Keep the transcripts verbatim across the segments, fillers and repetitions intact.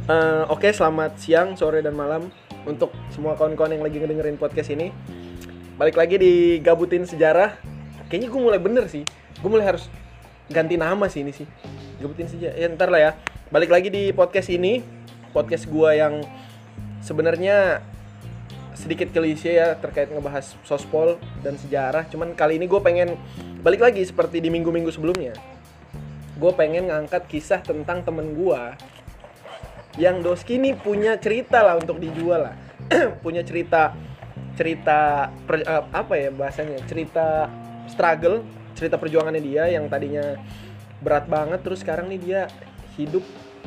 Uh, Oke, okay, selamat siang, sore, dan malam untuk semua kawan-kawan yang lagi ngedengerin podcast ini. Balik lagi di Gabutin Sejarah. Kayaknya gue mulai bener sih. Gue mulai harus ganti nama sih ini sih. Gabutin Sejarah. Ya ntar lah ya. Balik lagi di podcast ini. Podcast gue yang sebenarnya sedikit klise ya terkait ngebahas sospol dan sejarah. Cuman kali ini gue pengen balik lagi seperti di minggu-minggu sebelumnya. Gue pengen ngangkat kisah tentang temen gue yang Doski ini punya cerita lah untuk dijual lah. Punya cerita cerita per, uh, apa ya bahasanya, cerita struggle, cerita perjuangannya dia yang tadinya berat banget, terus sekarang nih dia hidup,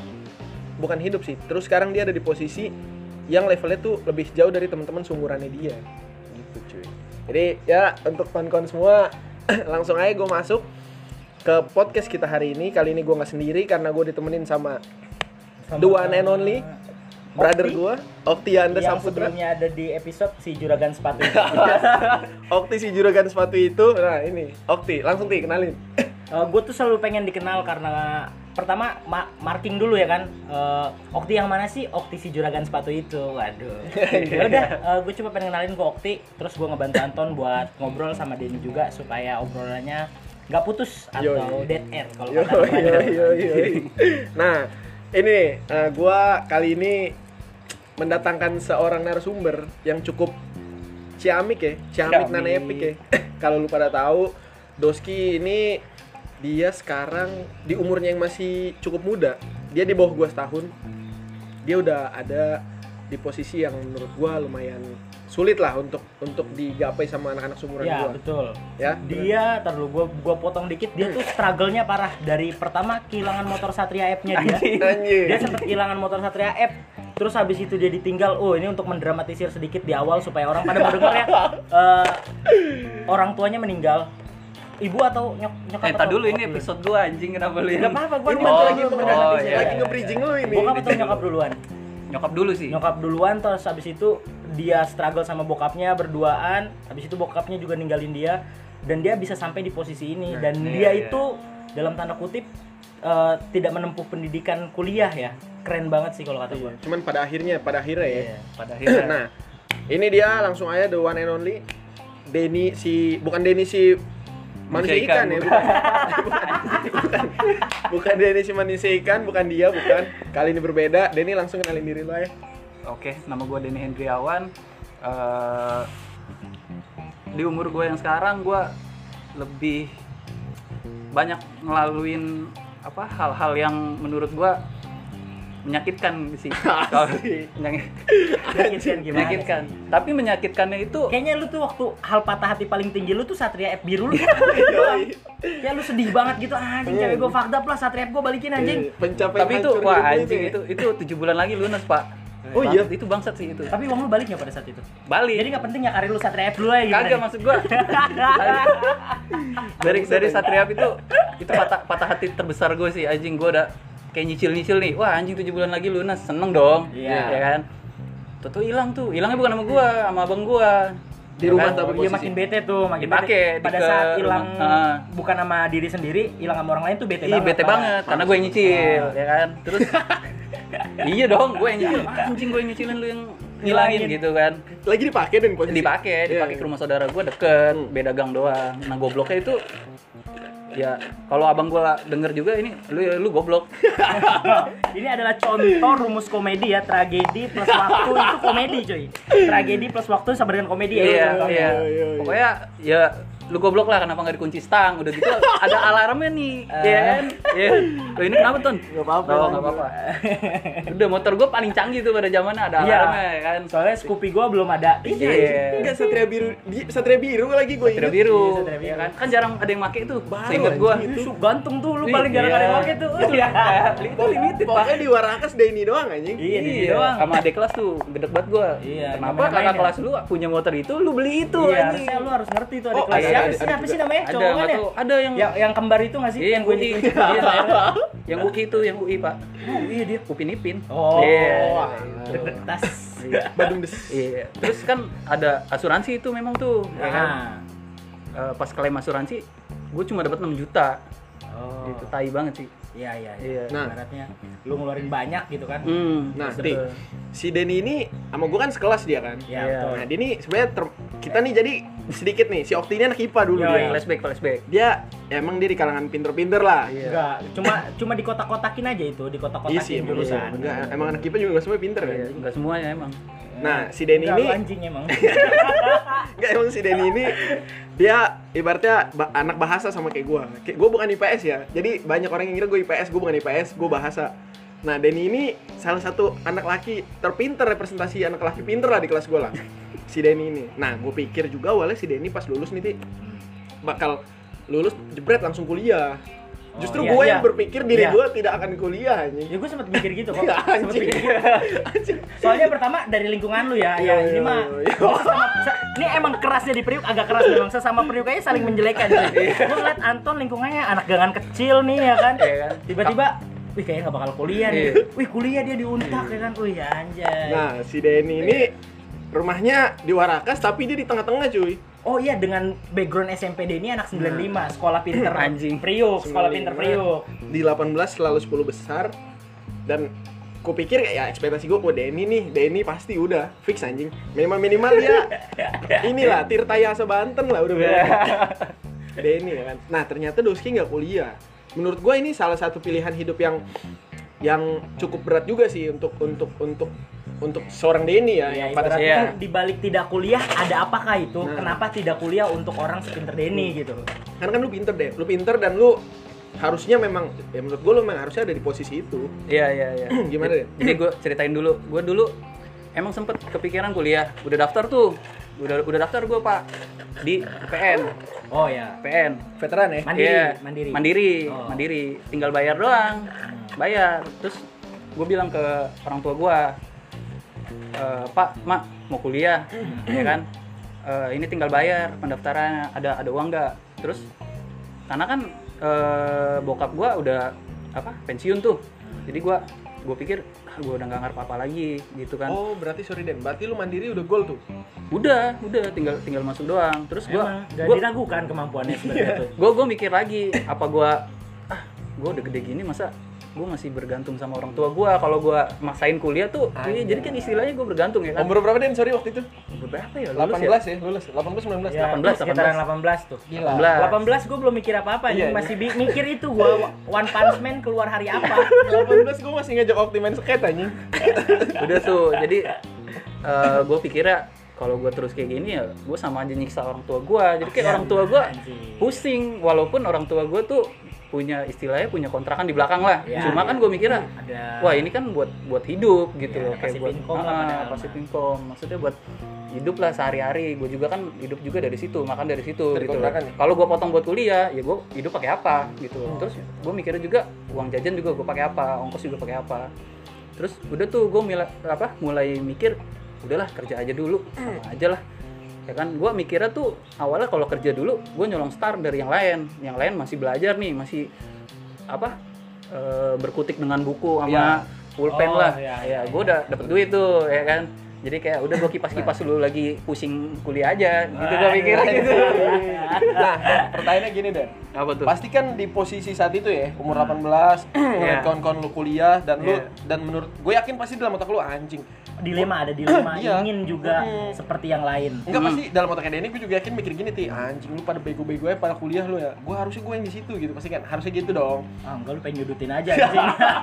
bukan hidup sih, terus sekarang dia ada di posisi yang levelnya tuh lebih jauh dari teman-teman seumurannya dia gitu cuy. Jadi ya untuk kawan-kawan semua langsung aja gue masuk ke podcast kita hari ini. Kali ini gue nggak sendiri karena gue ditemenin sama the one and only brother gue, Okti Anda yang Samputra. Sebelumnya ada di episode si Juragan Sepatu itu. Okti si Juragan Sepatu itu. Nah ini Okti, langsung Ti kenalin. uh, gue tuh selalu pengen dikenal karena pertama ma- marking dulu ya kan. uh, Okti yang mana sih? Okti si Juragan Sepatu itu. Waduh. Ya udah, uh, gue coba pengen kenalin ke Okti. Terus gue ngebantu Anton buat ngobrol sama Denny juga supaya obrolannya nggak putus atau Yoi. dead air kalau Yo, kata yo, yo, yo. Nah ini uh, gue kali ini mendatangkan seorang narasumber yang cukup ciamik ya, ciamik Ciamik. nana epic ya. Kalau lu pada tahu, Doski ini dia sekarang di umurnya yang masih cukup muda. Dia di bawah gua setahun. Dia udah ada di posisi yang menurut gua lumayan sulit lah untuk untuk digapai sama anak-anak seumuran ya gua. betul Ya. dia terlalu gua gua potong dikit, dia tuh struggle-nya parah dari pertama kehilangan motor Satria F-nya dia. Anjir. Dia sempat kehilangan motor Satria F, terus habis itu dia ditinggal. Oh ini untuk mendramatisir sedikit di awal supaya orang pada mau denger ya. Uh, orang tuanya meninggal, ibu atau nyok nyokap Eh, atau tak dulu ini bokap episode gua anjing, kenapa lu Gak yang apa-apa, gua Ini ini bantu Oh, lagi oh, mendramatisir, iya, lagi iya. nge-bridging lu ini. bokap atau nyokap duluan? nyokap dulu sih. Nyokap duluan, terus habis itu dia struggle sama bokapnya berduaan, habis itu bokapnya juga ninggalin dia dan dia bisa sampai di posisi ini. Dan Iya, dia iya. itu dalam tanda kutip uh, tidak menempuh pendidikan kuliah ya. Keren banget sih kalau kata gue. Cuman pada akhirnya, pada akhirnya ya. Iya. Pada akhirnya. Nah, ini dia langsung aja the one and only Denny si bukan Denny si manusia Manusia ikan, ikan, ya, bukan. bukan. bukan. Bukan Denny si manusia ikan, bukan dia, bukan. Kali ini berbeda. Denny langsung kenalin diri lo ya. Oke, nama gua Denny Hendriawan. Eh, di umur gua yang sekarang gua lebih banyak ngelaluin apa hal-hal yang menurut gua menyakitkan sih. Kalau menyakit- Menyakitkan gimana? menyakitkan. Tapi menyakitkannya itu Kayaknya lu tuh waktu hal patah hati paling tinggi lu tuh Satria F biru lu. Ya lu sedih banget gitu, anjing cewek gue fucked up lah, Satria F gue balikin anjing. Pencapaian tapi itu hancur wah hidupnya anjing ya. itu itu tujuh bulan lagi lunas, Pak. Oh iya? Bangsat, itu bangsat sih itu. Tapi uang lu balik nggak pada saat itu? Balik. Jadi nggak penting ya karir lu Satria F dulu aja gitu. Kagak maksud gua. dari dari Satria F itu itu patah patah hati terbesar gue sih, anjing. Gue udah kayak nyicil-nyicil nih. Wah, anjing tujuh bulan lagi lunas, seneng dong. Iya. Ya kan? Tuh hilang tuh. Hilangnya bukan sama gua, sama abang gua. Di rumah kan? tapi Iya posisi. makin bete tuh, makin Dipake, bete. di Pada ke saat hilang rumah. Ah. bukan sama diri sendiri, hilang sama orang lain tuh bete Ih, banget. bete Pak. banget karena gue yang nyicil, Ah. ya kan? Terus iya dong, gue yang nyicil. Anjing, gue yang nyicilin, lu yang ngilangin Ngilangin. gitu kan. Lagi dipakai dan posisi. Dipakai, Iya, dipakai iya. ke rumah saudara gue deket, Hmm. beda gang doang. Nah, gobloknya itu ya kalau abang gue denger juga ini lu lu goblok. Ini adalah contoh rumus komedi ya, tragedi plus waktu itu komedi coy. Tragedi plus waktu sama dengan komedi ya. Iya, contohnya. iya. Iya, iya, iya. Pokoknya ya lu goblok lah, kenapa nggak dikunci stang? Udah gitu ada alarmnya nih, Ah. ya kan? Iya. Loh, ini kenapa, Ton? Nggak apa-apa. Oh, nggak apa-apa. Udah, motor gue paling canggih tuh pada zamannya, ada Iya. alarmnya ya kan. Soalnya Scoopy gua belum ada. Iya. Enggak Satria biru, di, Satria biru lagi gue Satria ingat. biru, Iya, Satria biru. ya kan? Kan jarang ada yang make tuh. Baru Seingat gua. anjing Itu gantung tuh lu Ih, paling jarang iya. ada yang pakai tuh. Iya. Itu limited, Pak. Pokoknya di Warakas Denny doang anjing. Iya, di Iya, doang. sama adik kelas tuh gede banget gua. Iya, Kenapa main-main kakak ya? kelas lu punya motor itu, lu beli itu Iya, anjing. harusnya lu harus ngerti tuh ada Oh, kelas. ada, Siapa ada, sih? ada Apa juga. sih namanya? Ada, Cowok nggak kan ya? tahu. Ada yang Yang yang kembar itu nggak sih? Iya, yang gue putih. dikunci. Iya, yang U I itu, yang U I, Pak. Oh, iya dia. Upin Ipin. Oh, Iya. deg-deg tas. Badung des. Iya. Terus kan ada asuransi itu memang tuh, ya kan? Nah. Eh, pas klaim asuransi, gue cuma dapat enam juta. Oh. Gitu, tai banget sih. Iya, iya, Iya. iya. Nah. Ibaratnya lu ngeluarin banyak gitu kan. Hmm. Nah, Terus Ti, ada- si Denny ini sama gue kan sekelas dia kan. Iya, Iya. betul. Nah, dia ini sebenarnya ter- kita nih jadi sedikit nih, si Okti ini anak I P A dulu Yoi. dia. Flashback, flashback. Dia emang dia di kalangan pinter-pinter lah. Iya. Enggak, cuma cuma di kotak-kotakin aja itu, di Iya kotak-kotakin sih, emang, jurusan. enggak, emang anak I P A juga gak semua pinter kan. Iya, enggak semuanya emang. Nah, si Denny Enggak, ini lu anjing emang. enggak, emang si Denny ini dia ibaratnya ba- anak bahasa sama kayak gua. Kayak gua bukan I P S ya. Jadi banyak orang yang ngira gua I P S, gua bukan I P S, gua bahasa. Nah, Denny ini salah satu anak laki terpinter, representasi anak laki pinter lah di kelas gua lah. Si Denny ini. Nah, gua pikir juga awalnya si Denny pas lulus nih, Ti, bakal lulus jebret langsung kuliah. Justru iya, gue iya. yang berpikir diri Iya. gue tidak akan kuliah anjing. Ya gue sempet mikir gitu kok. Ya, Sempet anjing. mikir gitu. Anjing. Soalnya pertama dari lingkungan lu ya, Iya, ya ini iya, mah iya. sesama- se- ini emang kerasnya di Priuk, agak keras memang, sesama Priuk aja saling menjelekan. Gue ngeliat Anton lingkungannya anak gangan kecil nih ya kan. Iya kan? Tiba-tiba, wih kayaknya nggak bakal kuliah nih. Iya. Wih kuliah dia di Untak ya kan. Wih anjay. Nah, si Denny ini rumahnya di Warakas tapi dia di tengah-tengah cuy. Oh iya, dengan background S M P D ini anak sembilan puluh lima, sekolah pinter Anjing. Priuk, sekolah pinter Priuk. Di delapan belas selalu sepuluh besar. Dan ku pikir ya ekspektasi gue, oh Denny nih, Denny pasti udah fix anjing. Minimal-minimal dia inilah Tirta Yasa Banten lah udah beres. Denny ya kan. Nah, ternyata Doski nggak kuliah. Menurut gue ini salah satu pilihan hidup yang yang cukup berat juga sih untuk untuk untuk untuk seorang Denny ya, Ya, yang pada ibaratnya Iya. kan dibalik tidak kuliah ada apakah itu? Nah. Kenapa tidak kuliah untuk orang sepinter Denny gitu? karena kan lu pinter deh, lu pinter dan lu harusnya memang, ya menurut gue lu memang harusnya ada di posisi itu. Iya, iya, iya. Gimana deh? Jadi gue ceritain dulu. Gue dulu emang sempet kepikiran kuliah. Udah daftar tuh. Udah udah daftar gue, Pak. Di P N. Oh ya, P N. Veteran ya? mandiri, Iya, mandiri. Mandiri, Oh. mandiri. Tinggal bayar doang. Bayar. Terus gue bilang ke orang tua gue, e, Pak, Mak, mau kuliah, ya kan? E, ini tinggal bayar pendaftarannya. Ada ada uang nggak? Terus karena kan e, bokap gue udah apa pensiun tuh. Jadi gue gue pikir ah, gue udah nggak ngarep apa lagi gitu kan. Oh, berarti sorry Den, berarti lu mandiri udah gol tuh. Udah, udah tinggal tinggal masuk doang. Terus gue Emang gak gue diragukan kemampuannya sebenarnya tuh. gue gue mikir lagi apa gue ah gue udah gede gini masa gue masih bergantung sama orang tua gue. Kalau gue maksain kuliah tuh ini jadi kan istilahnya gue bergantung ya kan. Umur berapa Den? Sorry waktu itu? Berapa ya? Lulus delapan belas ya? Lulus. delapan belas sembilan belas. Ya, delapan belas, sekitaran delapan belas tuh. Gila. delapan belas. delapan belas gue belum mikir apa-apa, Iya, nih iya. masih bi- mikir itu gue One Punch Man keluar hari apa. delapan belas gue masih ngajak Okti main skate anjing. Udah tuh jadi gue pikirnya kalau gue terus kayak gini ya gue sama aja nyiksa orang tua gue. Jadi kayak Iya, orang tua gue anjing. pusing walaupun orang tua gue tuh punya istilahnya punya kontrakan di belakang lah. Ya, Cuma ya. kan gue mikirnya Ada. wah ini kan buat buat hidup gitu Ya, loh, ada kayak passive buat income lah ah, padahal passive mah. income. Maksudnya buat hidup lah sehari-hari. Gue juga kan hidup juga dari situ, makan dari situ Dari gitu. kontrakan ya? Kalau gue potong buat kuliah, ya gue hidup pakai apa gitu. Oh. Terus gue mikirnya juga uang jajan juga gue pakai apa, ongkos juga pakai apa. Terus udah tuh gue mulai apa mulai mikir udahlah kerja aja dulu sama aja lah. Ya kan gue mikirnya tuh awalnya kalau kerja dulu gue nyolong start dari yang lain. Yang lain masih belajar nih, masih apa e, berkutik dengan buku sama Iya. pulpen Oh, lah. iya, Ya, iya, gue udah dapet duit tuh, ya kan. Jadi kayak udah gue kipas-kipas dulu lagi pusing kuliah aja, gitu gue mikir gitu. Nah, pertanyaannya gini Den. Apa tuh? Pasti kan di posisi saat itu ya, umur delapan belas, ngeliat Iya. kawan-kawan lu kuliah dan lu Iya. dan menurut gue yakin pasti dalam otak lu anjing. Dilema, ada dilema, Iya. ingin juga Hmm. seperti yang lain. Enggak Hmm. pasti dalam otaknya Denny gue juga yakin mikir gini Ti, anjing lu pada bego-bego aja pada kuliah lu ya. Gue harusnya gue yang di situ gitu, pasti kan harusnya gitu dong. Ah, enggak, lu pengen nyudutin aja anjing.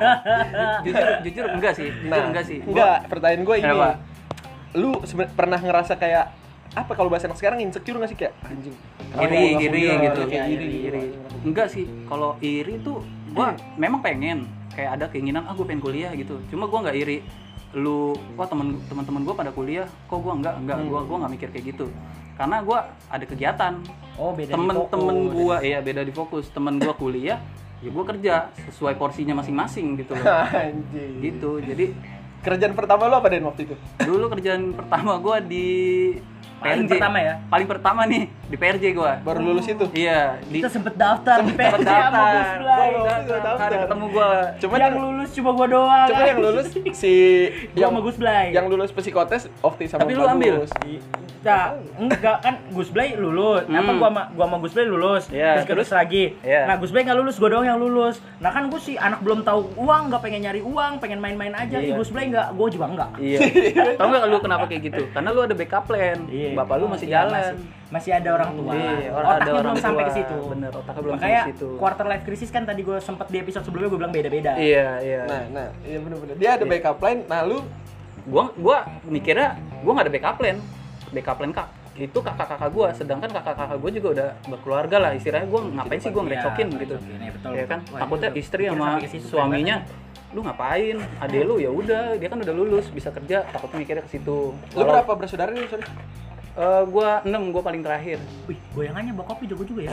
jujur, jujur enggak sih, jujur enggak sih. Gua- Enggak, pertanyaan gue ini. Kenapa? Lu seben- pernah ngerasa kayak apa kalau bahasa anak sekarang insecure nggak sih kayak anjing? kenapa iri gua nggak iri kuliah? gitu Kayak Iya, iri, iri, gitu. iri. Enggak sih, kalau iri tuh gua memang pengen kayak ada keinginan ah gue pengen kuliah gitu. Cuma gua nggak iri lu wah temen teman-teman gua pada kuliah kok gua enggak enggak Hmm. gua gua nggak mikir kayak gitu. Karena gua ada kegiatan. Oh, beda di Temen-temen fokus. gua iya beda di fokus. Temen gua kuliah ya gua kerja sesuai porsinya masing-masing gitu loh. Anjing. Gitu. Jadi Kerjaan pertama lu apa Den waktu itu? dulu kerjaan pertama gua di Paling P R J. pertama ya? Paling pertama nih di P R J gue. Baru lulus itu. Iya, di Kita sempet daftar di P R J sama Gus Blay. Gua waktu itu daftar. Hari ketemu gue. Cuman Yang lulus cuma gua doang. Cuma yang lulus si Gua sama Gus Blay. Yang lulus psikotes Okti sama Tapi lu ambil? Bagus. Nah, enggak kan Gus Blay lulus. Hmm. Apa gua sama gua sama Gus Blay lulus. Iya, terus terus lagi. Iya. Nah, Gus Blay enggak lulus, gua doang yang lulus. Nah, kan gua sih anak belum tahu uang, enggak pengen nyari uang, pengen main-main aja. Iya. Ih, Gus Blay enggak, gua juga enggak. Iya. Tahu nggak lu kenapa kayak gitu? Karena lu ada backup plan. Iya. Bapak lu masih Iya, jalan. Masih, masih ada orang tua. Iya, orang- Otaknya ada orang belum sampai tua. ke situ. Bener, otaknya belum Makanya sampai ke situ. quarter life crisis kan tadi gua sempet di episode sebelumnya gua bilang beda-beda. Iya, iya. Nah, nah, iya bener-bener. Dia ada backup line. Nah, lu Gua gua mikirnya gua nggak ada backup plan. Backup plan kak itu kakak-kakak gua, sedangkan kakak-kakak gua juga udah berkeluarga lah istilahnya. Gua ngapain sih gua ngerecokin Iya, gitu. ngerecokin, iya, betul. Ya kan, Wah, takutnya itu istri mikir sama sampai ke situ, suaminya lu ngapain? Adek lu ya udah, dia kan udah lulus, bisa kerja, takutnya mikirnya ke situ. lu berapa bersaudara nih, sorry? Eh, gua enam, gua paling terakhir. Wih, goyangannya bokap jago juga ya.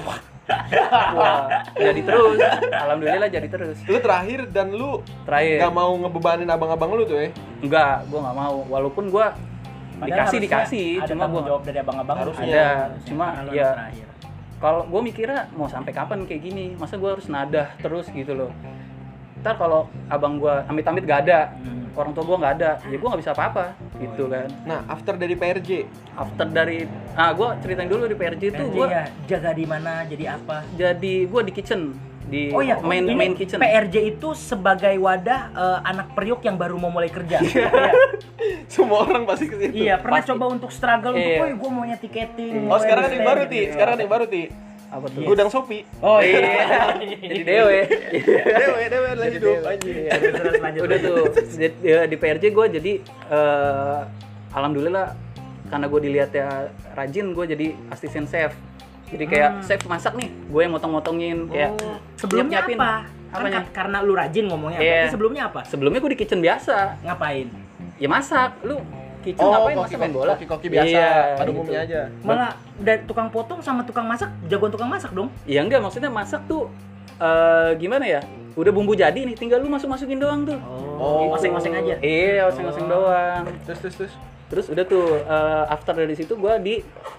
Wah, jadi terus. Alhamdulillah jadi terus. Lu terakhir dan lu Terakhir. gak mau ngebebanin abang-abang lu tuh ya? Enggak, gua nggak mau. Walaupun gua Padahal dikasih harusnya dikasih, ada cuma tanggung gua jawab dari abang-abang Harusnya. ada, harusnya. cuma Karena lu ya anak terakhir. kalau gue mikirnya mau sampai kapan kayak gini, masa gue harus nadah terus gitu loh. Ntar kalau abang gue amit-amit gak ada, Hmm. orang tua gue gak ada, ya gue gak bisa apa-apa gitu kan. Nah, after dari P R J, After dari, ah gue ceritain dulu di P R J itu P R J gue ya, jaga di mana, jadi apa? jadi gue di kitchen, di Oh iya, main ini main kitchen. P R J itu sebagai wadah eh, anak periuk yang baru mau mulai kerja. Iya. semua orang pasti ke situ. Iya, pernah Pasti. coba untuk struggle untuk, Iya. woi gue maunya tiketing. Oh, mau sekarang ada yang baru, gitu. Ti. Sekarang ada yang baru, Ti. Apa tuh? Gudang Sopi. Oh iya. Jadi dewe. Dewe, dewe lagi hidup anjing. Iya, terus lanjut. Udah tuh di, di- di P R J gue jadi eh, alhamdulillah karena gue dilihat ya rajin, gue jadi asisten chef. Jadi kayak Hmm. chef masak nih, gue yang motong-motongin kayak Oh, sebelumnya nyiap-nyiapin. apa? Kan Apanya? ka- karena lu rajin ngomongnya. Iya. Tapi sebelumnya apa? Sebelumnya gue di kitchen biasa, Ngapain? ya masak. Lu kitchen Oh, ngapain koki, masak main bola? koki-koki biasa, Iya, pada gitu. umumnya aja. Malah dari tukang potong sama tukang masak, jagoan tukang masak dong. Iya enggak, maksudnya masak tuh eh, gimana ya? Udah bumbu jadi nih, tinggal lu masuk-masukin doang tuh. Oh. oseng-oseng aja. Iya, oseng-oseng doang. Terus, terus, terus. Terus udah tuh eh, after dari situ gue di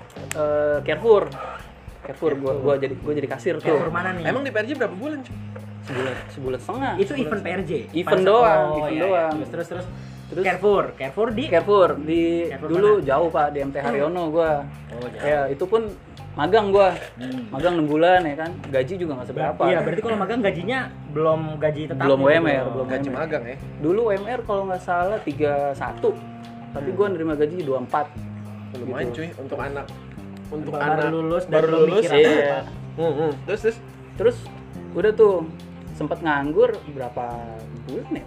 eh, Carrefour. Carrefour gue gua jadi gue jadi kasir tuh. Carrefour mana nih? Emang di P R J berapa bulan, cuy? Sebulan sebulan setengah. itu event P R J. Event Pada- doang, oh, event iya, doang. Terus terus terus. Terus Carrefour, Carrefour di Carrefour di Carrefour dulu mana? jauh Pak di M T Haryono gue. Oh, jauh. Ya itu pun magang gue. Hmm. Magang enam bulan ya kan. Gaji juga nggak seberapa. Iya, berarti kalau magang gajinya belum gaji tetap. Belum W M R, gitu. belum Gaji magang ya. Dulu W M R kalau nggak salah tiga puluh satu. Tapi gue nerima gaji dua puluh empat. Lumayan, Gitu. cuy, untuk anak untuk Baru anak lulus dan baru belum lulus. mikir iya. apa-apa. Hmm, hmm. Terus, terus. Terus udah tuh sempet nganggur berapa bulan ya?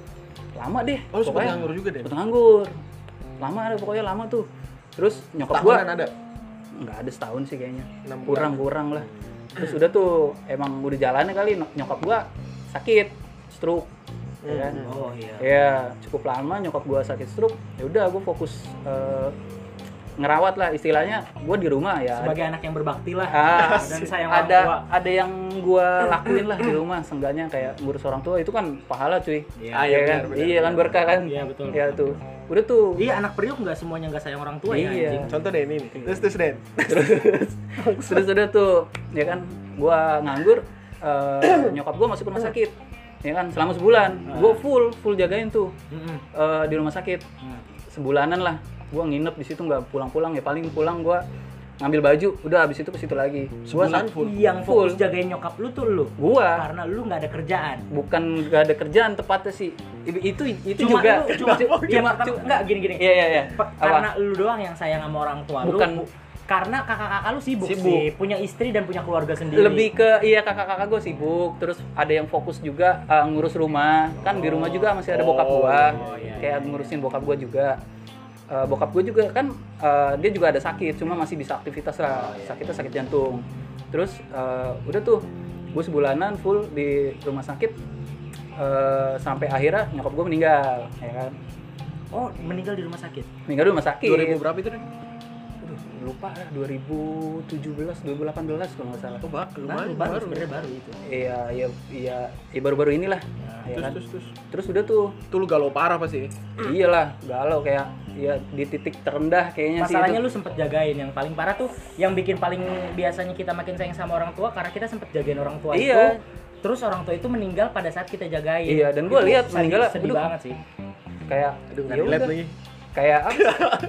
Lama deh. Oh, lu sempet pokoknya. nganggur juga deh. Sempet nganggur. Lama ada pokoknya lama tuh. Terus nyokap gua Tahunan ada. nggak ada setahun sih kayaknya. Enam bulan. Kurang-kurang lah. Terus udah tuh emang udah jalannya kali nyokap gua sakit stroke. Ya kan? Hmm. Oh iya. Ya cukup lama nyokap gua sakit stroke. Ya udah gua fokus eh, ngerawat lah istilahnya. Gua di rumah ya. Sebagai anak yang berbakti lah Ah, dan sayang orang ada tua. ada yang gua lakuin lah di rumah, seenggaknya kayak ngurus orang tua itu kan pahala cuy. Iya. Ah, Iya iya, kan, benar, benar, iya kan benar. berkah kan. Iya, betul. Ya tuh, udah tuh. Iya, anak periuk nggak semuanya nggak sayang orang tua ya Iya. anjing. Contoh deh ini nih. Terus, terus, Den. Terus terus udah tuh, ya kan, gua nganggur, eh, nyokap gua masuk rumah sakit, ya kan, selama sebulan, gua full full jagain tuh Mm-mm. eh, di rumah sakit, Hmm. sebulanan lah. Gua nginep di situ nggak pulang-pulang, ya paling pulang gua ngambil baju, udah habis itu ke situ lagi. Gua Sebulan sam- full. Yang Full. fokus jagain nyokap lu tuh lu. Gua Karena lu nggak ada kerjaan. bukan gak ada kerjaan tepatnya sih I- itu itu Cuma juga lu, cuma, Cu- iya, cuma pertama- cu- enggak gini-gini. iya iya iya Pa- Apa? Karena lu doang yang sayang sama orang tua Bukan. lu. Karena kakak-kakak lu sibuk, Sibuk. sih, punya istri dan punya keluarga sendiri. lebih ke iya kakak-kakak gue sibuk, terus ada yang fokus juga uh, ngurus rumah kan. Di rumah juga masih ada bokap gue, Oh, iya, kayak ngurusin bokap gue juga. Uh, bokap gue juga kan uh, dia juga ada sakit, cuma masih bisa aktivitas lah. Sakitnya sakit jantung. Terus uh, udah tuh gue sebulanan full di rumah sakit uh, sampai akhirnya nyokap gue meninggal, ya kan. Oh, meninggal di rumah sakit. Meninggal di rumah sakit. dua ribu berapa itu, Den? dua lupa lah dua ribu tujuh belas dua ribu delapan belas kalau nggak salah. Oh, ba- baru lumayan baru baru. sebenarnya baru itu. Iya, iya, iya, ya baru-baru inilah. Nah, ya Terus kan? terus terus. Terus udah tuh, Tuh lu galau parah pasti. iyalah, galau kayak ya di titik terendah kayaknya sih. Masalahnya itu. lu sempet jagain, yang paling parah tuh yang bikin paling biasanya kita makin sayang sama orang tua karena kita sempet jagain orang tua Iya. itu. Terus orang tua itu meninggal pada saat kita jagain. Iya, dan gua Itu lihat sedih- meninggalnya, sedih aduh. banget sih. kayak Aduh, nggak ya relate udah. lagi. Kayak apa?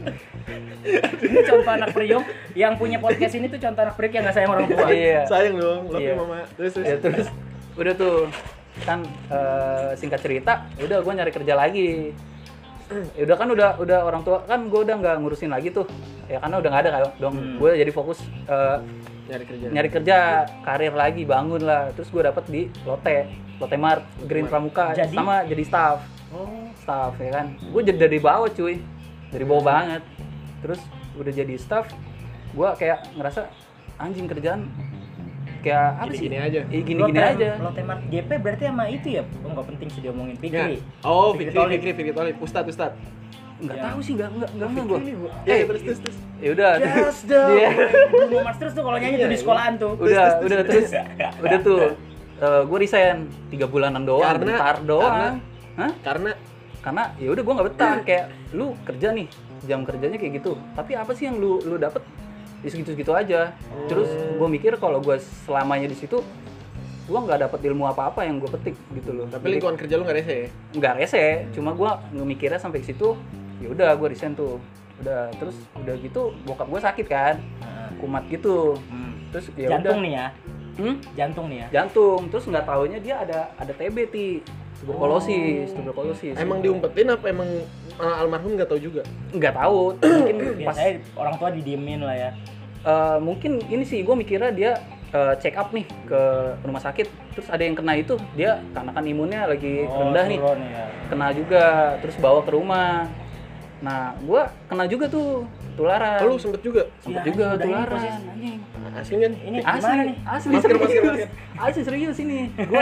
Ini contoh anak priok yang punya podcast ini tuh contoh anak priok yang nggak sayang orang tua. Iya. Sayang dong, love Iya. you mama. Terus terus. Ya terus udah tuh kan eh, singkat cerita, udah gue nyari kerja lagi. Ya udah kan udah udah orang tua kan gue udah nggak ngurusin lagi tuh. Ya karena udah nggak ada kan dong. Hmm. Gue jadi fokus eh, Nyari kerja. nyari kerja, karir lagi, bangun lah. Terus gue dapet di Lotte, Lotte Mart, Green Pramuka, Jadi? sama jadi staff. Oh, Staff ya kan. Gue jadi dari bawah cuy, dari bawah banget. Terus udah jadi staff, gue kayak ngerasa anjing kerjaan kayak apa sih? Gini-gini aja. Iya gini-gini Lotte- aja. Lotte Mart G P berarti sama itu ya? Oh, nggak penting sih diomongin Ya. Fikri. Oh, Fikri Fikri, Tolib. Fikri, Fikri Tolib. Ustad, Ustad. Nggak Ya. tahu sih, nggak nggak nggak nggak gue. Eh, terus terus terus. Ya udah. Yes, dong. Iya. Bruno Mars terus tuh kalau nyanyi tuh di sekolahan tuh. Udah, udah terus, udah tuh. gue resign tiga bulanan doang, Karena- bentar doang. karena- Hah? Karena Karena ya udah gue nggak betah, kayak lu kerja nih jam kerjanya kayak gitu, tapi apa sih yang lu lu dapet di segitu-segitu aja. Terus gue mikir kalau gue selamanya di situ gue nggak dapet ilmu apa-apa yang gue petik gitu loh. tapi lingkungan kerja lu nggak rese ya? Nggak rese, cuma gue ngemikirnya sampai ke situ. Ya udah gue resign tuh, udah terus udah gitu bokap gue sakit kan, Nah, kumat gitu. hmm. Terus ya Jantung udah. nih ya. Hmm? Jantung nih ya. Jantung. Terus nggak taunya dia ada ada T B ti, tuberkulosis, tuberkulosis. Emang diumpetin apa emang uh, almarhum nggak tahu juga? Nggak tahu, mungkin pas Biasanya orang tua didiemin lah ya. eh, mungkin ini sih gue mikirnya dia eh, check up nih ke rumah sakit, terus ada yang kena itu, dia karena kan imunnya lagi Oh, rendah nih, turun ya. kena juga, terus bawa ke rumah. Nah, gue kena juga tuh tularan. Oh, lu sempet juga? Sempet Ya, juga udah ini tularan. posisi. Anjing. Asli kan? Ini Asli, gimana nih? asli, Masker, serius. masker, masker. Asli serius ini. Gua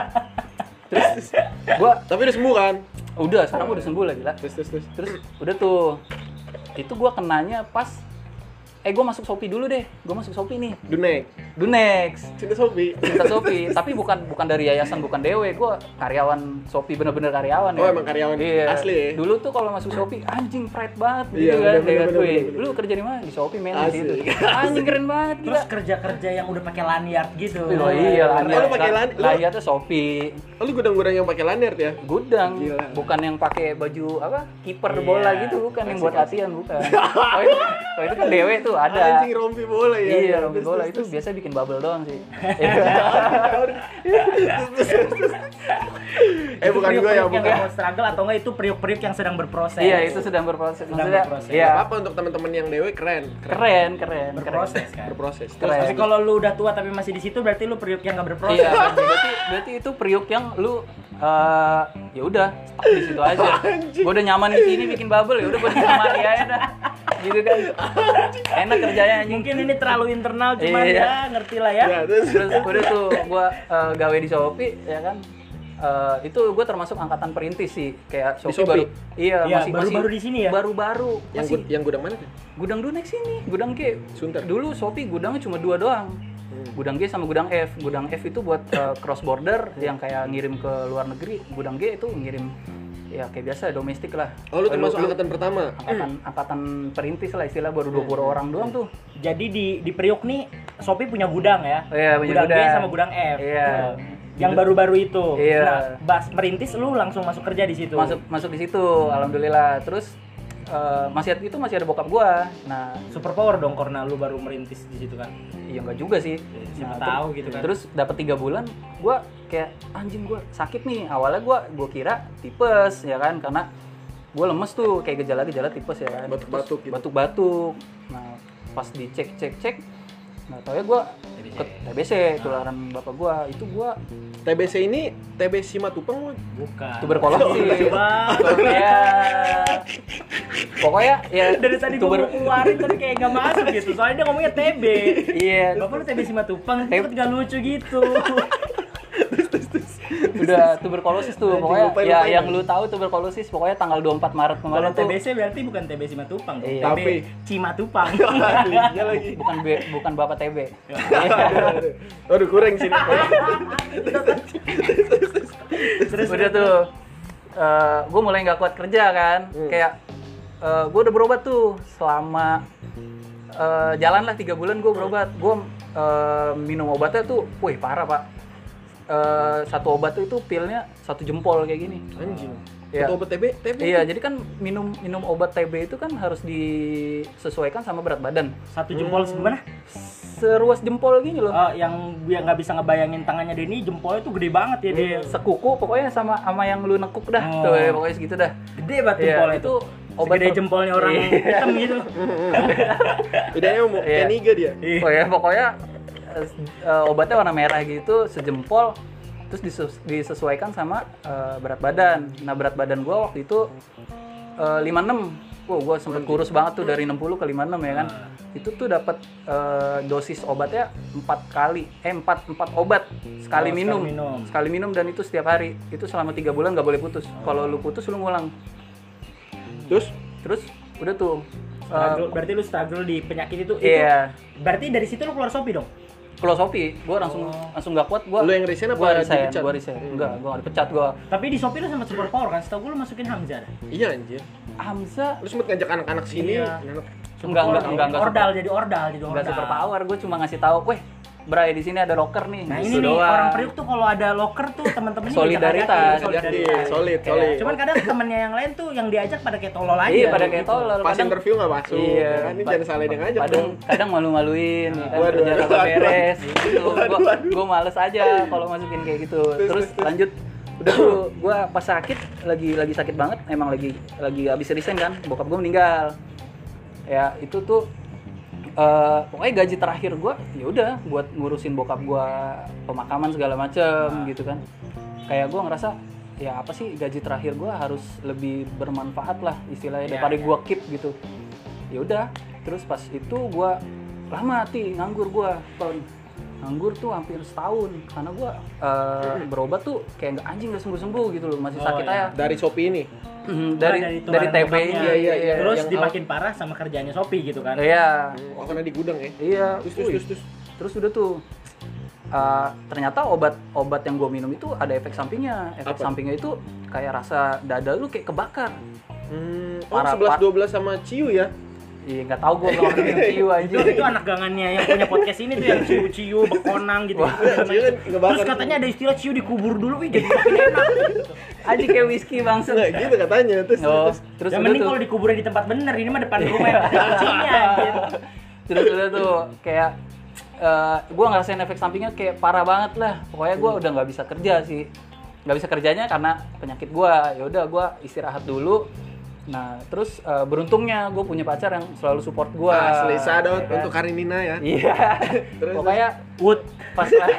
terus gua Tapi udah sembuh kan? udah sekarang udah sembuh lagi lah. Terus terus terus. Terus udah tuh. Itu gua kenanya pas eh gua masuk Shopee dulu deh. Gua masuk Shopee nih. Dunek. Dunex. Cinta Sobi. Cinta Shopee, tapi bukan bukan dari yayasan, bukan D W. Gua karyawan Shopee, bener-bener karyawan Oh, ya. emang karyawan Iya. asli ya? Dulu tuh kalau masuk Shopee anjing pride banget Iya, gitu kan. bener, bener, Kayak bener, gue, bener, bener. lu kerja di mana? Di Shopee men Asli. gitu. Anjing keren banget gila. Terus kerja-kerja yang udah pakai lanyard gitu. Oh iya, Oh, lanyard. lu pakai lan- lu- Lanyardnya Shopee. Oh, lu gudang-gudang yang pakai lanyard ya? Gudang, Gila. bukan yang pakai baju apa? Kiper Iya. bola gitu, bukan yang buat latihan, bukan. Oh itu, oh itu kan D W tuh ada. Anjing rompi bola ya. Iya, rompi Terus, bola terus, itu terus. biasa bikin bubble doang sih. Eh, bukan Priuk-priuk gua ya, yang bukan. nggak mau struggle atau enggak itu priuk-priuk yang sedang berproses. Iya, itu sedang berproses. Sedang Maksudnya, berproses. Nggak iya, apa-apa untuk teman-teman yang dewe keren. keren, keren, berproses keren. kan. Berproses. Terus Keren. Tapi kalau lu udah tua tapi masih di situ berarti lu priuk yang nggak berproses. Iya, berarti berarti itu priuk yang lu eh ya udah stuck di situ aja. Gue udah nyaman di sini bikin bubble, ya udah gue di kamar aja dah. Gitu kan. Enak kerjanya anjing. Mungkin ini terlalu internal cuman Iya. ya ngerti lah ya. Ya, terus Terus udah tuh gue eh, gawe di Shopee ya kan. Eh, itu gue termasuk angkatan perintis sih, kayak Shopee, Shopee? baru iya, Iya, masih baru-baru masih di sini ya? baru-baru yang masih gud- yang gudang mana tuh? gudang Dunex ini, gudang G. Sunter. Dulu Shopee gudangnya cuma dua doang. Hmm. Gudang G sama gudang F. Gudang F itu buat uh, cross border yang kayak ngirim ke luar negeri. Gudang G itu ngirim ya kayak biasa domestik lah. Oh, lu Eh, termasuk angkatan pertama. angkatan angkatan perintis lah istilah, baru dua puluh orang doang tuh. Jadi di di Priuk nih Shopee punya gudang ya. Oh, iya, punya gudang, G gudang. sama gudang F. Iya. Nah, yang baru-baru itu. Iya. Nah, bas merintis lu langsung masuk kerja di situ. Masuk masuk di situ, alhamdulillah. Terus uh, masih itu masih ada bokap gua. Nah, Super power dong karena lu baru merintis di situ kan. iya enggak juga sih. Siapa Nah, tahu ter- gitu kan. Terus dapat tiga bulan, gua kayak anjing gua sakit nih. Awalnya gua gua kira tipes ya kan, karena gua lemes tuh kayak gejala-gejala tipes ya kan. Batuk-batuk Terus gitu. Batuk-batuk. Nah, pas dicek cek cek, nggak tahu ya gua ke T B C, tularan bapak gua. Itu gua T B C ini T B C Simatupang lu. Bukan. tuberkulosis. Coba. ya. Pokoknya ya Dari tadi gua mau keluarin tapi kayak nggak masuk gitu. Soalnya dia ngomongnya T B. Iya. Bapak lu T B Simatupang, T B. itu nggak lucu gitu. Udah tuberkulosis tuh Anjing, pokoknya. lupain, Ya lupain. yang lu tahu tuberkulosis pokoknya tanggal dua puluh empat Maret Kalau kemarin T tuh. B C berarti bukan T B C Matupang dong. Iya. T B Tapi- Cimatupang. Aduh, iya lagi. Bukan be- bukan Bapak T B. Aduh, aduh. Aduh, kurang sini. Terus Udah tuh gue mulai nggak kuat kerja kan. Hmm. Kayak gue udah berobat tuh selama eh, jalan lah tiga bulan gue berobat. Gue minum obatnya tuh, wih parah pak. Eh, satu obat tuh itu pilnya satu jempol kayak gini. Anjing. Iya. Atau obat T B? T B? Iya, jadi kan minum minum obat T B itu kan harus disesuaikan sama berat badan. satu jempol segimana? Seruas jempol gini loh. Oh, yang gue nggak bisa ngebayangin tangannya Denny, jempolnya tuh gede banget ya dia. Sekuku pokoknya sama sama yang lu nekuk dah. Oh. Tuh, ya, pokoknya segitu dah. Gede banget Iya, jempolnya itu itu. obat Segede per- jempolnya orang Iya. hitam gitu. Bedanya mau Iya. kayak niga dia. Oh ya, pokoknya eh, obatnya warna merah gitu, sejempol, terus dises- disesuaikan sama eh, berat badan. Nah berat badan gue waktu itu eh, lima puluh enam. Wow, gue sempet kurus banget tuh dari enam puluh ke lima puluh enam ya kan. Itu tuh dapat eh, dosis obatnya empat kali, eh empat empat obat sekali Oh, minum, sekali minum. sekali minum dan itu setiap hari. Itu selama tiga bulan nggak boleh putus. Kalau lu putus lu ngulang. Terus Terus udah tuh. eh, Struggle, berarti lu struggle di penyakit itu. itu Iya. Berarti dari situ lu keluar Shopee dong? Filosofi, gue langsung langsung nggak kuat, gue Lu yang resign apa gue resign, dipecat? gue resign, enggak, gue nggak dipecat gue. Tapi di Shopee lu sempat super power kan? Setahu gue lu masukin Hamzah dah. iya anjir. Hamzah Lu sempet ngajak anak-anak sini. Iya. anak- Super Enggak, power. enggak, enggak, enggak Ordal jadi ordal, jadi ordal. nggak super power, gue cuma ngasih tahu, weh, Bray di sini ada locker nih. Nah, gitu ini nih doang. orang Priuk tuh kalau ada locker tuh teman-temannya Solidaritas. diajak-ajakin, Solid, solid, Iya. solid. Cuman kadang temennya yang lain tuh yang diajak pada kayak tolol aja. Iya, pada kayak gitu. tolol. Pas Kadang- interview nggak masuk. Iya, ya kan? Ini pa- jangan salah yang ngajak kadang, dong. kadang malu-maluin, ya kan, Waduh, kerja waduh, kagak waduh, beres, waduh. gitu. Waduh, Gue waduh. gue males aja kalau masukin kayak gitu. Terus, Terus terus, lanjut, udah tuh, gue pas sakit, lagi lagi sakit banget, emang lagi lagi habis resign kan, bokap gue meninggal. Ya itu tuh eh, pokoknya gaji terakhir gue ya udah buat ngurusin bokap gue pemakaman segala macem gitu kan. Kayak gue ngerasa ya apa sih gaji terakhir gue harus lebih bermanfaat lah istilahnya Iya, daripada iya. gue keep gitu. Ya udah, terus pas itu gue lama ti nganggur gue nganggur tuh hampir setahun karena gue eh, berobat tuh kayak nggak anjing nggak sembuh sembuh gitu loh, masih Oh, sakit iya. aja. Dari Shopee ini. Mhm, Dari, dari dari, dari T B bokapnya. Iya, iya, iya. Terus Yang dimakin parah sama kerjanya Shopee gitu kan. iya Oh, karena di gudang ya. iya Terus terus Wih. terus terus. Terus udah tuh uh, ternyata obat obat yang gue minum itu ada efek sampingnya. Efek Apa? sampingnya itu kayak rasa dada lu kayak kebakar. Hmm, oh Parah, sebelas par- dua belas sama Ciu ya. Iya nggak tahu gue belum minum ciu aja. Itu, itu anak gangannya yang punya podcast ini tuh yang ciu-ciu, bekonang gitu. Ciu kan ngebakar. Terus katanya ada istilah ciu dikubur dulu, wih jadi makin enak. Aja kayak whisky bangset. Enggak gitu katanya. Terus Oh, terus. terus Yang udah mending tuh. kalau dikuburnya di tempat bener, ini mah depan rumah yang ada kucingnya anjir. Terus udah tuh kayak uh, gue ngerasain efek sampingnya kayak parah banget lah. Pokoknya gue udah nggak bisa kerja sih. Nggak bisa kerjanya karena penyakit gue. Ya udah gue istirahat dulu. Nah, terus uh, beruntungnya gue punya pacar yang selalu support gue. Asli sadot ya kan? untuk Karinina ya. Iya. Terus, Pokoknya Wood pas la-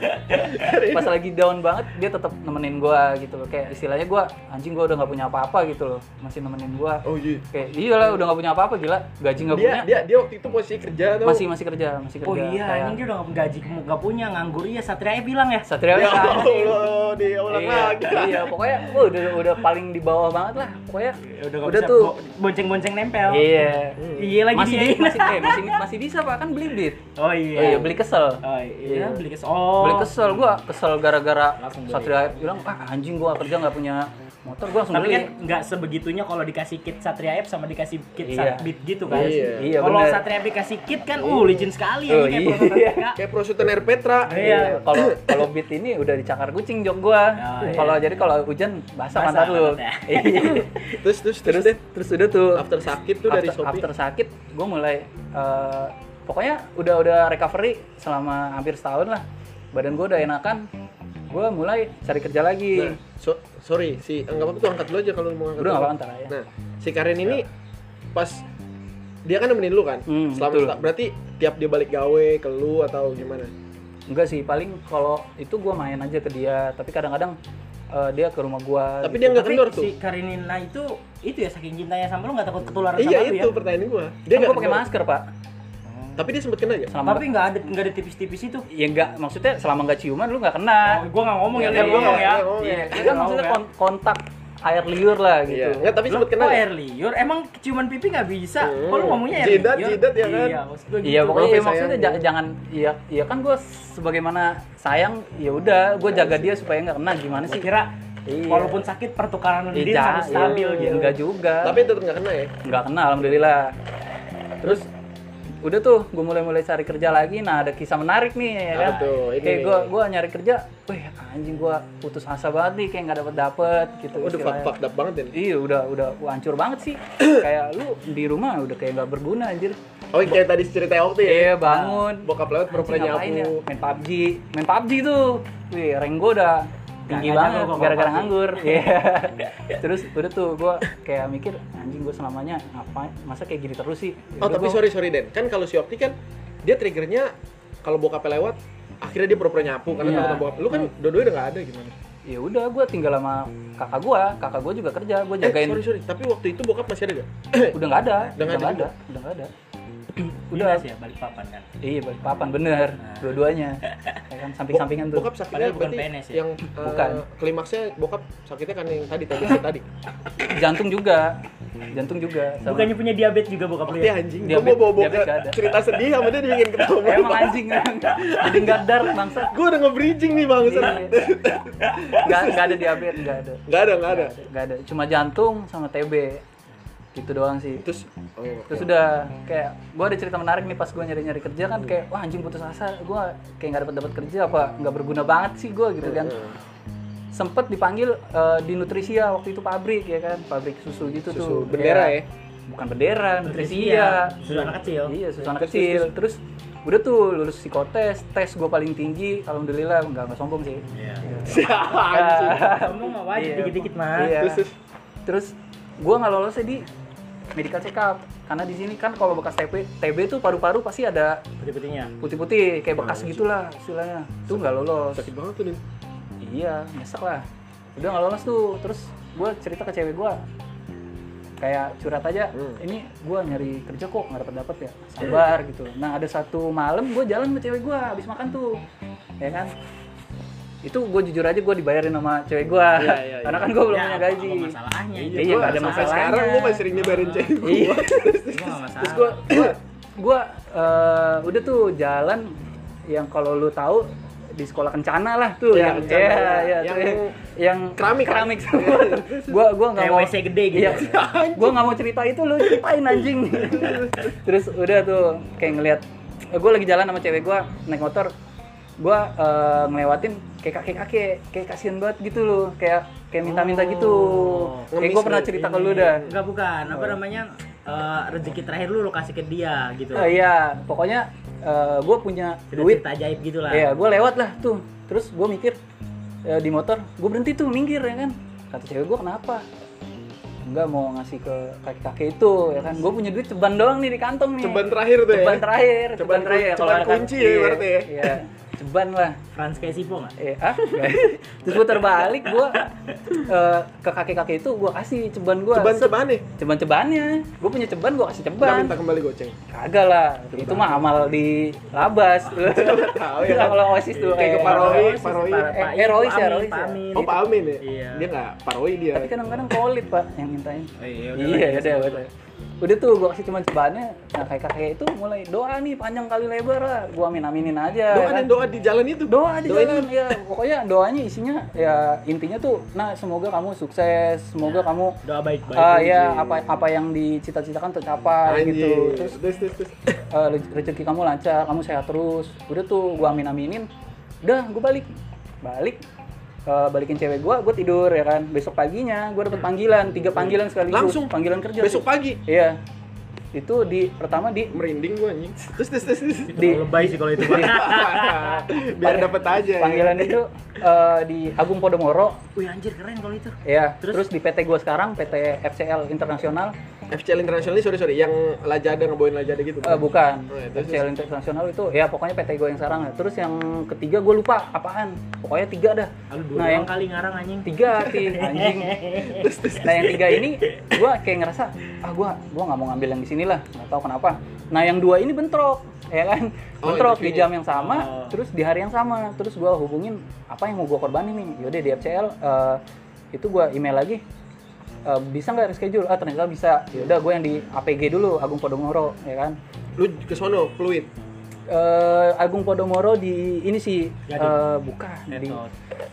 pas lagi down banget dia tetap nemenin gue gitu loh. Kayak istilahnya gue anjing gue udah nggak punya apa-apa gitu loh. Masih nemenin gue. Oh iya. Kayak iyalah udah nggak punya apa-apa gila. Gaji nggak Dia punya. dia dia waktu itu posisi kerja atau Masih masih kerja, masih kerja. Oh iya, Kayak- ini dia udah nggak gaji nggak punya, nganggur ya. Satria bilang ya. Satria Ya kan. Allah, diulang Iya, lagi. iya, pokoknya gua udah udah paling di bawah banget lah. Pokoknya Ya udah, udah bisa tuh. bo- bonceng-bonceng nempel. Iya. Iya lagi Masih dia. masih eh, masih masih bisa Pak kan beli beat. Oh iya. Oh iya, beli kesel. Oh iya, Iya. beli kes. Oh. Beli kesel gua, kesel gara-gara Langsung beli. Satria bilang, "Ah, anjing gua kerja nggak punya motor, gua langsung Tapi beli." kan nggak sebegitunya kalau dikasih kit Satria App sama dikasih kit Iya. Satbeat gitu kan. Iya. Iya, Kalau bener. Satria App dikasih kit kan, uh licin sekali ya Oh, ini kayak iya. prototipe K. Kayak prosutan air Petra. Iya. Kalau kalau beat ini udah dicakar kucing jok gua. Oh, iya. Kalau jadi kalau hujan basah Basah pantat lu. pantatnya. Iya. Terus terus terus, Terus deh. terus udah tuh After sakit tuh dari after, Shopee. after sakit gue mulai eh, pokoknya udah udah recovery selama hampir setahun lah, badan gue udah enakan, gue mulai cari kerja lagi. Nah, so, sorry, si enggak apa-apa tuh angkat dulu aja kalau mau angkat. Udah, nggak dulu. apa-apa, ntar aja. Nah, si Karin ini pas dia kan nemenin lu kan? Hmm, Selama betul. seta- berarti tiap dia balik gawe ke lu atau gimana? Enggak sih, paling kalau itu gue main aja ke dia, tapi kadang-kadang eh, dia ke rumah gue. Tapi dia nggak Tapi kendor tuh. si Karinina itu itu ya saking cintanya sama lu nggak takut ketularan Iya sama lu itu ya. pertanyaan gua. Dia dia nggak gue pakai kendor. masker pak. Tapi dia sempet kena gak? Selama Tapi nggak ada nggak ada tipis-tipis itu. ya enggak, maksudnya selama enggak ciuman lu enggak kena. Oh, gua nggak ngomong ya, Iya, lu ngomong ya. iya, ngomong Iya, ya. ya kan maksudnya kon- kontak air liur lah gitu. Iya. Nggak, tapi Lu sempet kena kok nggak? air liur? Emang ciuman pipi nggak bisa? Hmm. Kok lu ngomongnya air Jidat, liur? jidat ya kan? Iya, maksud gua gitu. Iya pokoknya Maaf ya, ya, maksudnya sayang. ja- jangan iya iya kan gue sebagaimana sayang ya udah gue jaga dia supaya nggak kena gimana Gua sih? kira Iya. walaupun sakit pertukaran Iya, lidi harus stabil iya, gitu. enggak juga. Tapi tetep nggak kena ya? Nggak kena alhamdulillah. Terus udah tuh gue mulai-mulai cari kerja lagi. Nah ada kisah menarik nih ya kan. Apa tuh? Ini Kayak nih. gue gue nyari kerja, wih anjing gue putus asa banget nih kayak nggak dapet dapet gitu. Udah istilahnya. fuck fucked up banget ya? Iya udah udah wah, hancur banget sih. Kayak lu di rumah udah kayak nggak berguna anjir. Oh kayak tadi cerita waktu ya? Iya bangun. Bokap lewat pura-pura Anjing, ngapain ya? nyapu. Main P U B G, main P U B G tuh. Wih, rank gue udah tinggi Nggak banget nyangka gua gara-gara P U B G. nganggur. Iya. Terus udah tuh gue kayak mikir anjing gue selamanya apa masa kayak gini terus sih. Oh Yaudah, tapi gua- sorry sorry Den, kan kalau si Opti kan dia triggernya kalau bokapnya lewat akhirnya dia pura-pura nyapu karena Iya. takut sama bokap. Lu kan dua-duanya udah nggak ada gimana? Ya udah gue tinggal sama kakak gue, kakak gue juga kerja, gue Eh jagain. sorry sorry, tapi waktu itu bokap masih ada gak? Udah nggak ada, Udah nggak ada nggak juga? ada, udah nggak ada. Udah sih ya balik papan kan. Iya, balik papan bener, dua-duanya. Ya kan samping-sampingan tuh. Bokap sakitnya Padahal bukan berarti P N S ya? yang eh, Bukan. klimaksnya bokap sakitnya kan yang tadi tadi tadi. Jantung juga, jantung juga. sama- Bukannya punya diabetes juga bokap lu Opti ya? anjing, Diabetes- gua mau bawa bawa diabetes nggak ada. cerita sedih sama dia dibikin ketawa. Emang anjing emang. Jadi nggak dark bangsa. Gue udah nge-bridging nih bangsa. Iya. Nggak nggak ada diabetes, nggak ada. Nggak ada nggak ada. Nggak ada. Cuma jantung sama T B. Gitu doang sih. Terus oh, Terus udah kayak gue ada cerita menarik nih pas gue nyari-nyari kerja kan kayak wah anjing putus asa, gue kayak nggak dapat dapat kerja apa nggak berguna banget sih gue gitu kan. Sempet dipanggil eh, di Nutrisia waktu itu pabrik ya kan, pabrik susu gitu Susu tuh. bendera Kayak- Bukan bendera, Nutrisia. Nutrisia. Susu anak kecil. Iya, susu anak Terus, kecil. Terus udah tuh lulus psikotes, tes gue paling tinggi, alhamdulillah nggak nggak sombong sih. Iya. anjing. Kamu nggak wajib Iya. dikit-dikit mah. Iya. Terus, terus. Terus gue nggak lolosnya di medical check up karena di sini kan kalau bekas T B T B tuh paru-paru pasti ada Putih-putihnya. putih-putih kayak bekas gitulah istilahnya. Tuh nggak lolos. Sakit banget tuh nih. Iya, nyesek lah. Udah nggak lolos tuh. Terus gue cerita ke cewek gue kayak curhat aja, Hmm. ini gue nyari kerja kok nggak dapet dapet ya, sabar gitu. Nah ada satu malam gue jalan sama cewek gue habis makan tuh, ya kan? Itu gue jujur aja gue dibayarin sama cewek gue, Iya, iya, karena iya. kan gue belum Ya, punya apa- gaji. apa masalahnya? Iya, Gua nggak ada sampai masalahnya. sekarang gue masih sering nyebarin cewek gue. Iya. Gua nggak masalah. Terus gue gue gue eh, udah tuh jalan yang kalau lu tahu di sekolah Kencana lah tuh Iya, yang Kencana, iya, ya. iya, Yang tuh, yang keramik, kan? keramik semua. gua gua nggak Kayak mau W C gede gitu. Iya. Gua nggak mau cerita itu, lu ceritain anjing. Terus udah tuh kayak ngelihat eh, gua lagi jalan sama cewek gua naik motor. Gua eh, ngelewatin kayak kakek-kakek, kayak kasihan banget gitu loh, kayak kayak minta-minta gitu. Oh, Kayak ngemis gua pernah lu. cerita ke Ini- lu dah. Enggak bukan, apa namanya? eh, rezeki terakhir lu lu kasih ke dia gitu. Oh iya, pokoknya eh, gua punya duit. Cerita ajaib gitu lah. Iya, gue lewat lah tuh. Terus gue mikir ya, di motor, gue berhenti tuh minggir ya kan. Kata cewek gue kenapa? Enggak mau ngasih ke kakek-kakek itu ya kan. Gue punya duit ceban doang nih di kantong nih. Ceban terakhir tuh ya? Ceban terakhir. Ceban terakhir. kun- Kalau ceban ada- kunci ya iya, berarti ya? Iya, ceban lah. Frans kayak Sipo nggak? Eh, ah? Terus gue terbalik, gue eh, ke kakek-kakek itu gue kasih ceban gue. Ceban ceban nih. Ceban-cebannya. Gue punya ceban, gue kasih Nggak ceban. minta kembali goceng. Kagak lah, itu mah amal di labas. Tahu ya. Kalau osis tuh Kayak ke eh, Paroi, Paroi, Paroi. Pak- Eh, Pak- eh, Rois ya, Pak Rois Amin, ya. Pak Amin. Oh Pak Amin ya? Iya. Dia nggak paroi dia. Tapi kadang-kadang kolit pak yang mintain. Oh, iya, udah Iya, lah, udah, udah. Udah tuh gue kasih cuman cebannya. Nah kayak kakek itu mulai doa nih panjang kali lebar lah. Gue amin aminin aja. Doa ya dan kan? doa di jalan itu. Doa di Doain jalan ya. Pokoknya doanya isinya ya intinya tuh. Nah semoga kamu sukses. Semoga kamu Doa baik-baik. ah, ya apa apa yang dicita-citakan tercapai Anjir. gitu. Terus terus terus. terus. eh, re- rezeki kamu lancar, kamu sehat terus. Udah tuh gue amin aminin. Udah gue balik, balik. eh, balikin cewek gue, gue tidur ya kan. Besok paginya gue dapet panggilan, tiga panggilan sekaligus. Langsung? Panggilan kerja. Besok tuh. pagi. Iya. Itu di pertama di Merinding gua anjing. Terus terus terus. terus. Itu di- lebay sih kalau itu. Pak. Biar dapat aja. panggilan itu eh, di Agung Podomoro. Wih anjir keren kalau itu. Ya, Terus? terus, di P T gue sekarang P T F C L Internasional. F C L Internasional ini sorry sorry yang Lajada ngebawain Lajada gitu. Eh, bukan. Oh, ya, terus, F C L Internasional itu ya pokoknya P T gue yang sekarang ya. Terus yang ketiga gue lupa apaan. Pokoknya tiga dah. Lalu dua Nah, nah, yang kali ngarang anjing. tiga sih anjing. Nah yang tiga ini gue kayak ngerasa ah gue gue nggak mau ngambil yang di sini lah, nggak tahu kenapa. Nah yang dua ini bentrok, ya kan? Oh, Bentrok di interviewnya. jam yang sama, Oh. terus di hari yang sama. Terus gue hubungin apa yang mau gue korbanin nih. Yaudah di F C L eh, itu gue email lagi. Eh, bisa nggak reschedule? Ah ternyata bisa. Yaudah gue yang di A P G dulu, Agung Podomoro, ya kan? Lu ke sono fluid. Eh, Agung Podomoro di ini sih, Jadi. eh, bukan di Etot.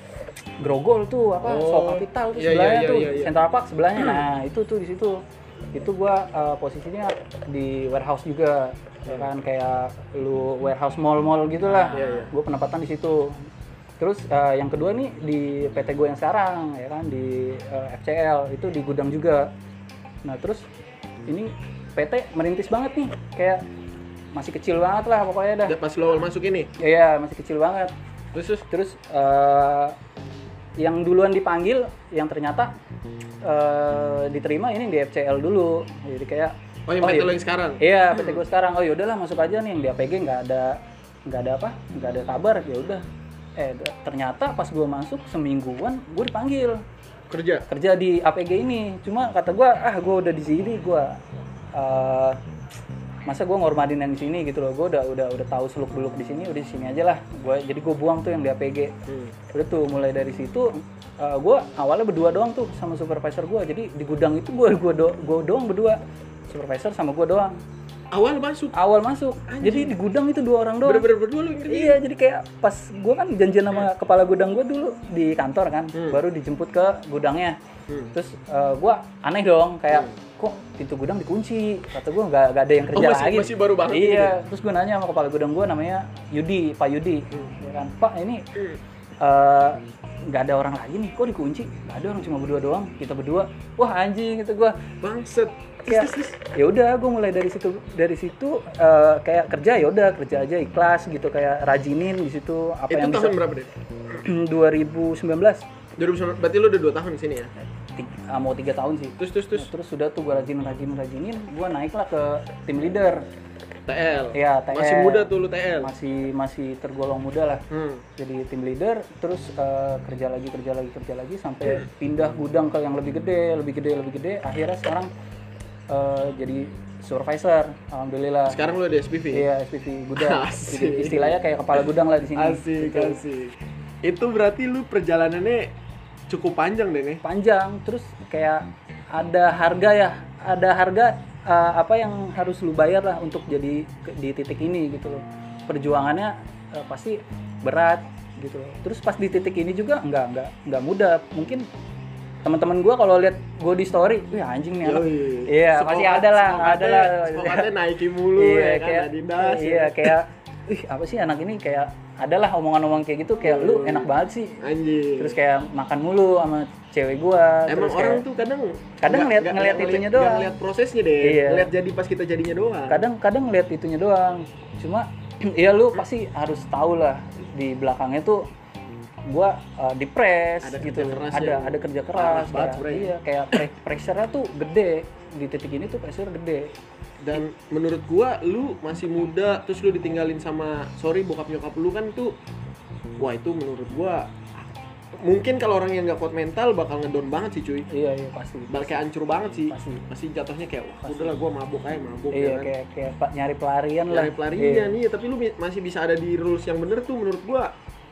Grogol tuh apa? Oh, Soul Capital tuh iya, sebelahnya iya, tuh, iya, iya. Central Park sebelahnya. Nah itu tuh di situ. Itu gua eh, posisinya di warehouse juga, ya kan kayak lu warehouse mall-mall gitulah. Iya, iya. Gue penempatan di situ. Terus eh, yang kedua nih di P T gue yang sekarang, ya kan di eh, F C L itu di gudang juga. Nah terus ini P T merintis banget nih, kayak masih kecil banget lah pokoknya dah. Pas lu awal masuk ini. Iya masih kecil banget. Terus terus Terus eh, yang duluan dipanggil, yang ternyata eh, diterima ini di F C L dulu. Jadi kayak oh yang P T iya. lu yang sekarang. Iya, P T gue sekarang. Oh yaudahlah masuk aja nih yang di A P G nggak ada nggak ada apa? Nggak ada kabar. Ya udah. Eh d- ternyata pas gue masuk semingguan gue dipanggil Kerja. kerja di A P G ini. Cuma kata gue ah gue udah di sini gue eh, masa gue ngormatin yang di sini gitu loh. Gue udah udah udah tahu seluk beluk di sini, udah di sini aja lah. Gue jadi gue buang tuh yang di A P G. Hmm. Udah tuh mulai dari situ uh, gue awalnya berdua doang tuh sama supervisor gue. Jadi di gudang itu gue gue do, gue doang berdua, supervisor sama gue doang. Awal masuk. Awal masuk. Jadi di gudang itu dua orang doang. Bener-bener berdua lu yang kerja. Iya, jadi kayak pas gue kan janjian sama kepala gudang gue dulu di kantor kan, Hmm. baru dijemput ke gudangnya. Hmm. Terus uh, gue aneh dong, kayak kok pintu gudang dikunci. Kata gue nggak nggak ada yang kerja Oh, masih- lagi. masih baru banget Iya. gitu ya? Terus gue nanya sama kepala gudang gue namanya Yudi, Pak Yudi, ya kan, Pak ini Hmm. eh, nggak ada orang lagi nih, kok dikunci? Nggak ada orang, cuma berdua doang, kita berdua. Wah anjing gitu gue. Bangset. Ya, ya udah, gue mulai dari situ dari situ eh, kayak kerja ya udah kerja aja ikhlas gitu, kayak rajinin di situ apa Itu yang tahun bisa. berapa deh? dua ribu sembilan belas dua ribu sembilan belas. Berarti lu udah dua tahun di sini ya? Ti- ah, mau tiga tahun sih. Terus terus terus Nah, terus sudah tuh gue rajin rajin rajinin, gue naiklah ke tim leader. T L. Ya, T L. Masih muda tuh lu T L. Masih masih tergolong muda lah. Hmm. Jadi tim leader, terus eh, kerja lagi kerja lagi kerja lagi sampai pindah gudang ke yang lebih gede lebih gede lebih gede. Akhirnya sekarang eh, jadi supervisor, alhamdulillah. Sekarang lu ada S P V? Iya, S P V gudang. Asik. Jadi istilahnya kayak kepala gudang lah di sini. Asik, Gitu. asik. Itu berarti lu perjalanannya cukup panjang deh nih. Panjang, terus kayak ada harga ya, ada harga eh, apa yang harus lu bayar lah untuk jadi ke- di titik ini gitu loh. Perjuangannya eh, pasti berat gitu loh. Terus pas di titik ini juga nggak nggak nggak mudah. Mungkin teman-teman gue kalau lihat gue di story, wih anjing nih anak. Yoi. Iya, pasti ada lah, ada lah. Semangatnya naiki mulu Iya, ya kan, kayak Adidas. iya kayak ih apa sih anak ini, kayak adalah omongan-omongan kayak gitu, kayak lu enak banget sih. Anjing. Terus kayak makan mulu sama cewek gua. Emang terus orang kayak, tuh kadang kadang nggak- ngeliat- nggak- ngeliat nggak itunya ngeliat- doang. nggak ngeliat prosesnya deh. Iya. Ngeliat jadi pas kita jadinya doang. kadang kadang ngeliat itunya doang. Cuma ya lu pasti harus tahu lah di belakangnya tuh gua uh, depres Ada gitu. kerja keras Ada ya. ada kerja Parah keras. banget, kayak- Bre. iya, kayak pre- pressure-nya tuh gede. Di titik ini tuh pressure gede. Dan menurut gua lu masih muda terus lu ditinggalin sama sorry bokap nyokap lu kan tuh wah itu menurut gua mungkin kalau orang yang nggak kuat mental bakal ngedown banget sih cuy. Iya, iya pasti. Bakal kayak hancur banget sih. Pasti. Pasti jatuhnya kayak wah udahlah gua mabuk aja mabuk Iya, ya kan. kayak kayak pak nyari pelarian lah. Nyari pelarian nih, tapi lu bi- masih bisa ada di rules yang bener tuh menurut gua.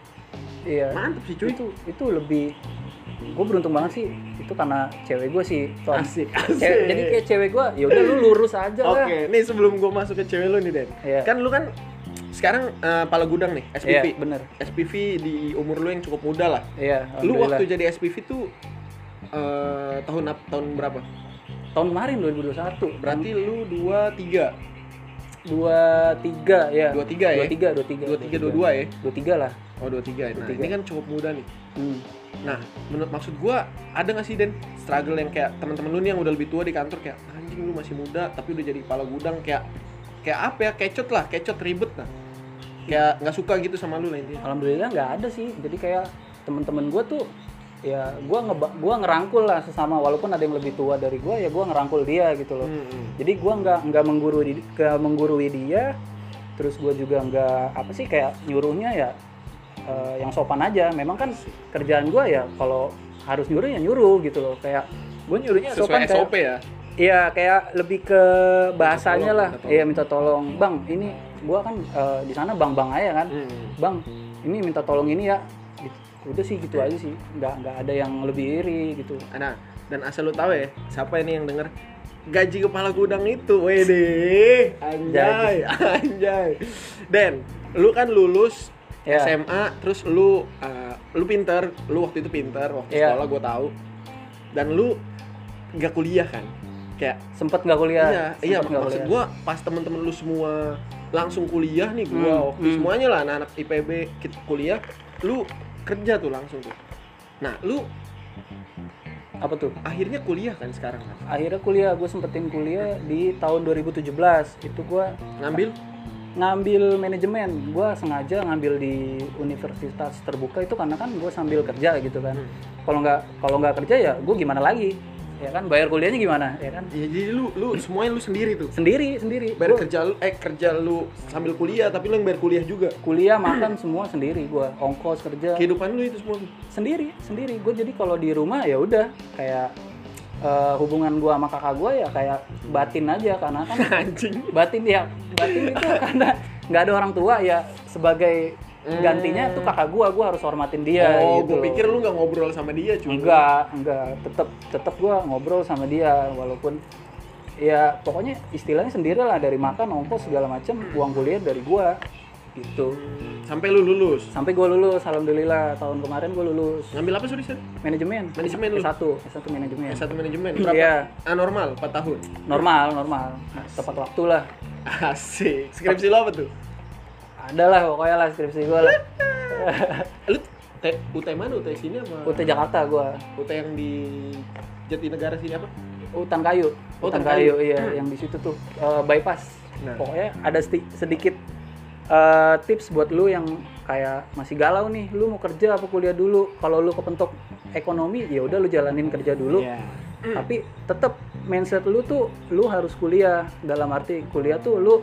Iya. Mantep sih cuy. Itu itu lebih, gue beruntung banget sih itu karena cewek gue sih Ton. Asik, Cewek- asik. jadi kayak cewek gue ya udah lu lurus aja Oke, lah. nih sebelum gua masuk ke cewek lu nih Den. Iya. Kan lu kan sekarang eh, pala gudang nih, S P V. Iya, bener. S P V di umur lu yang cukup muda lah. Iya, Lu alhamdulillah. waktu jadi S P V tuh eh, tahun ap- tahun berapa? tahun kemarin dua ribu dua puluh satu Berarti lu dua tiga. dua tiga ya. dua tiga ya? dua tiga dua tiga dua tiga dua dua ya? dua tiga lah. Oh, dua tiga. Nah, dua tiga. ini kan cukup muda nih. Hmm. Nah, menurut maksud gua ada nggak sih Den struggle yang kayak teman-teman lu nih yang udah lebih tua di kantor kayak anjing lu masih muda tapi udah jadi kepala gudang kayak kayak apa ya? Kecot lah, kecot ribet lah. Kayak nggak suka gitu sama lu lah intinya. Alhamdulillah nggak ada sih. Jadi kayak temen-temen gue tuh ya gue ngeba gua ngerangkul lah sesama, walaupun ada yang lebih tua dari gue ya gue ngerangkul dia gitu loh. Hmm, hmm. Jadi gue nggak nggak menggurui ke menggurui dia, terus gue juga nggak apa sih kayak nyuruhnya ya eh, yang sopan aja. Memang kan kerjaan gue ya kalau harus nyuruh ya nyuruh gitu loh, kayak gue nyuruhnya Sesuai sopan S O P kayak, ya. Iya, kayak lebih ke bahasanya tolong, lah. minta tolong. Iya, minta tolong. Bang, ini gua kan eh, di sana bang-bang aja kan. Hmm. Bang, ini minta tolong ini ya. Gitu. Udah sih gitu aja sih. Nggak nggak ada yang lebih iri gitu. Nah, dan asal lu tahu ya, siapa ini yang denger gaji kepala gudang itu, wede, anjay, anjay. Dan lu kan lulus Ya. S M A, terus lu uh, lu pinter, lu waktu itu pinter waktu Ya. sekolah gue tahu. Dan lu nggak kuliah kan? Kayak Sempet nggak kuliah? iya, iya Sempet nggak maksud kuliah. gua pas temen-temen lu semua langsung kuliah nih, gua Hmm, waktu hmm. semuanya lah anak-anak I P B kita kuliah, lu kerja tuh langsung tuh. Nah, lu Apa tuh? akhirnya kuliah kan sekarang kan? Akhirnya kuliah, gue sempetin kuliah di tahun dua ribu tujuh belas. Itu gue Ngambil ngambil manajemen. Gue sengaja ngambil di universitas terbuka itu karena kan gue sambil kerja gitu kan. Hmm. Kalau nggak kalau nggak kerja ya gue gimana lagi? Ya kan, bayar kuliahnya gimana? Ya kan, ya, jadi lu lu semuanya lu sendiri tuh. sendiri sendiri. Bayar Gua kerja lu eh kerja lu sambil kuliah tapi lu yang bayar kuliah juga. kuliah makan semua sendiri. Gue ongkos kerja Kehidupan lu itu semua. sendiri sendiri. Gue jadi kalau di rumah ya udah kayak eh, hubungan gue sama kakak gue ya kayak batin aja karena kan Anjing. batin ya batin itu karena nggak ada orang tua ya sebagai gantinya tuh kakak gua gua harus hormatin dia Oh, gitu gua loh. pikir lu nggak ngobrol sama dia cuma. enggak enggak tetep tetep gua ngobrol sama dia walaupun ya pokoknya istilahnya sendiri lah, dari makan ongkos segala macem, uang kuliah dari gua gitu Sampai lu lulus. sampai gua lulus alhamdulillah. Tahun kemarin gua lulus Ngambil apa sorry, Sir? manajemen Manajemen lu? S satu S satu manajemen. S satu manajemen. Berapa? Iya. Anormal empat tahun. normal normal tepat waktu lah. Asik. Skripsi lu apa tuh? Ada lah pokoknya lah skripsi gua lah. Lu T, U T mana? U T sini apa? U T Jakarta gua. U T yang di Jatinegara sini apa? Hutan kayu, Oh, hutan Hutan kayu, Kayu. iya, yang di situ tuh eh, bypass. Nah. Pokoknya ada sti- sedikit eh, tips buat lu yang kayak masih galau nih, lu mau kerja apa kuliah dulu. Kalau lu kepentok ekonomi, ya udah lu jalanin kerja dulu. Iya. Tapi tetap mindset lu tuh lu harus kuliah. Dalam arti kuliah tuh lu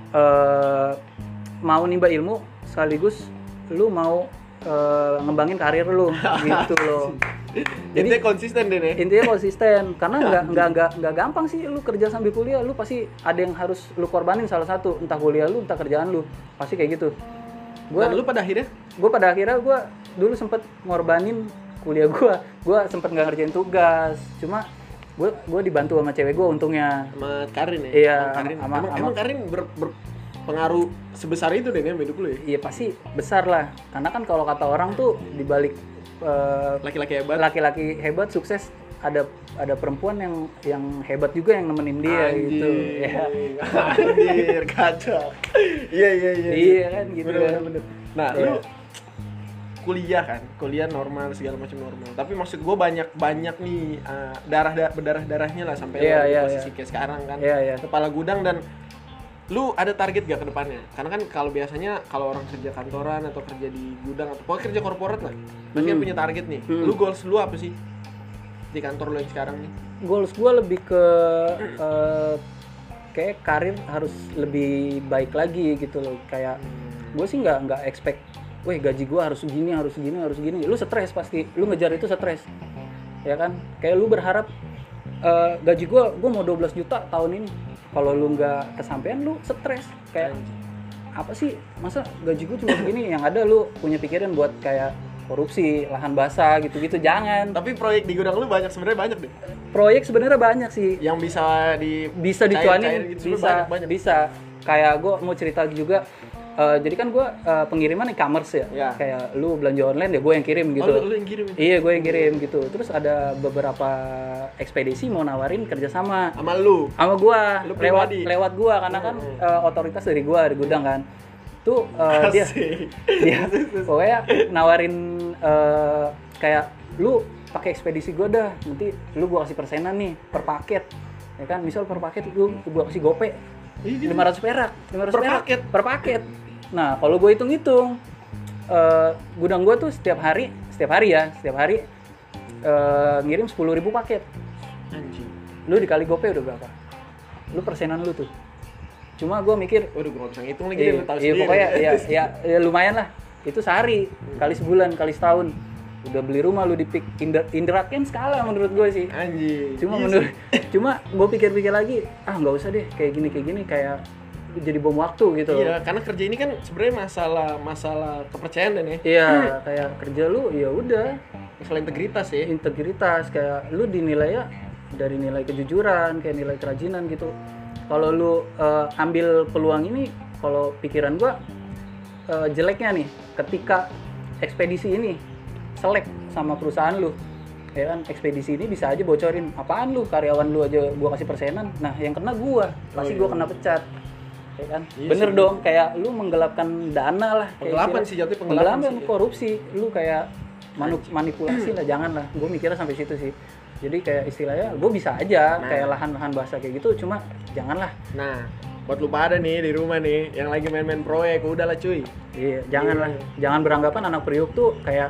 eh, mau nimba ilmu sekaligus lu mau eh, ngembangin karir lu gitu loh. Jadi konsisten deh nih. Intinya konsisten, karena nggak nggak nggak nggak gampang sih lu kerja sambil kuliah. Lu pasti ada yang harus lu korbanin salah satu, entah kuliah lu entah kerjaan lu, pasti kayak gitu. Gua Gua lu pada akhirnya gua pada akhirnya gua dulu sempet ngorbanin kuliah gua gua sempet nggak ngerjain tugas, cuma gua gua dibantu sama cewek gua untungnya. sama Karin ya. Iya, Emang Karin. sama- emang, sama- emang Karin ber- berpengaruh sebesar itu deh nih sama hidup lu ya. Iya pasti besar lah, karena kan kalau kata orang tuh dibalik eh, Laki-laki hebat. laki-laki hebat sukses ada ada perempuan yang yang hebat juga yang nemenin dia gitu ya. Anjir, kacau. Iya iya iya. Iya kan gitu Bener, kan. bener, bener. Nah, Iya. lu kuliah kan, kuliah normal segala macam normal. Tapi maksud gua banyak banyak nih uh, darah da- berdarah darahnya lah sampai Iya, lu di iya, posisi iya. kayak sekarang kan. Iya, iya. Kepala gudang. Dan lu ada target gak ke depannya? Karena kan kalau biasanya kalau orang kerja kantoran atau kerja di gudang atau pokoknya kerja korporat lah, pasti kan Hmm. punya target nih. Hmm. Lu goals lu apa sih di kantor lu yang sekarang nih? Goals gue lebih ke eh, kayak karir harus lebih baik lagi gitu loh. Kayak gue sih nggak nggak expect, weh gaji gue harus segini harus segini harus segini. Lu stres pasti, lu ngejar itu stres, ya kan? Kayak lu berharap eh, gaji gue gue mau dua belas juta tahun ini. Kalau lu nggak kesampaian lu stres. Kayak apa sih, masa gaji gue cuma segini? Yang ada lu punya pikiran buat kayak korupsi, lahan basah gitu-gitu. Jangan. Tapi proyek di gudang lu banyak, sebenarnya banyak deh. Proyek sebenarnya banyak sih. Yang bisa di Bisa cair- dicuanin, cair gitu, sebenarnya bisa banyak, banyak. bisa. Kayak gue mau cerita juga. eh, jadi kan gue eh, pengiriman e-commerce ya. Ya. Kayak lu belanja online ya gue yang kirim gitu. Oh, lu, lu yang kirim. Iya gue yang kirim gitu. Terus ada beberapa ekspedisi mau nawarin kerjasama Sama lu. sama gue Lu lewat pribadi? lewat gue karena kan Hmm. eh, otoritas dari gue di gudang kan. Tuh eh, dia Asik. dia pokoknya nawarin eh, kayak lu pakai ekspedisi gue dah, nanti lu gua kasih persenan nih per paket, ya kan? Misal per paket lu gua kasih gope Iya, gitu. lima ratus perak, lima ratus Per perak paket? per paket. Nah kalau gue hitung-hitung eh, gudang gue tuh setiap hari setiap hari ya setiap hari eh, ngirim sepuluh ribu paket. Anjing. Lu dikali gope udah berapa? Lu persenan lu tuh. Cuma gue mikir Waduh, gue gak bisa ngitung lagi Iya, deh, lu tahu iya sendiri. pokoknya ya, ya, ya lumayan lah. Itu sehari, kali sebulan, kali setahun. udah beli rumah lu di pik Indra, Indra Kents kalah menurut gue sih. Anjing. Cuma Iya menurut sih. cuma gue pikir-pikir lagi, ah nggak usah deh kayak gini kayak gini kayak jadi bom waktu gitu. Iya, karena kerja ini kan sebenarnya masalah masalah kepercayaan dan ya. Iya, kayak kerja lu ya udah Masalah integritas ya. integritas, kayak lu dinilai ya dari nilai kejujuran, kayak nilai kerajinan gitu. Kalau lu uh, ambil peluang ini, kalau pikiran gua uh, jeleknya nih, ketika ekspedisi ini selek sama perusahaan lu, ya kan, ekspedisi ini bisa aja bocorin apaan lu, karyawan lu aja gua kasih persenan, nah yang kena gua, pasti Oh, iya. gua kena pecat, ya kan. Iya Bener sih. dong, kayak lu menggelapkan dana lah, kayak Penggelapan istilah- sih, jatuhnya penggelapan penggelapan, sih. korupsi, lu kayak manu- manipulasi lah, jangan lah, gue mikirnya sampai situ sih. Jadi kayak istilahnya gue bisa aja Nah. kayak lahan-lahan basah kayak gitu, cuma janganlah. Nah, buat lu pada nih di rumah nih yang lagi main-main proyek, udahlah cuy. Iya, janganlah. Jangan beranggapan anak Priuk tuh kayak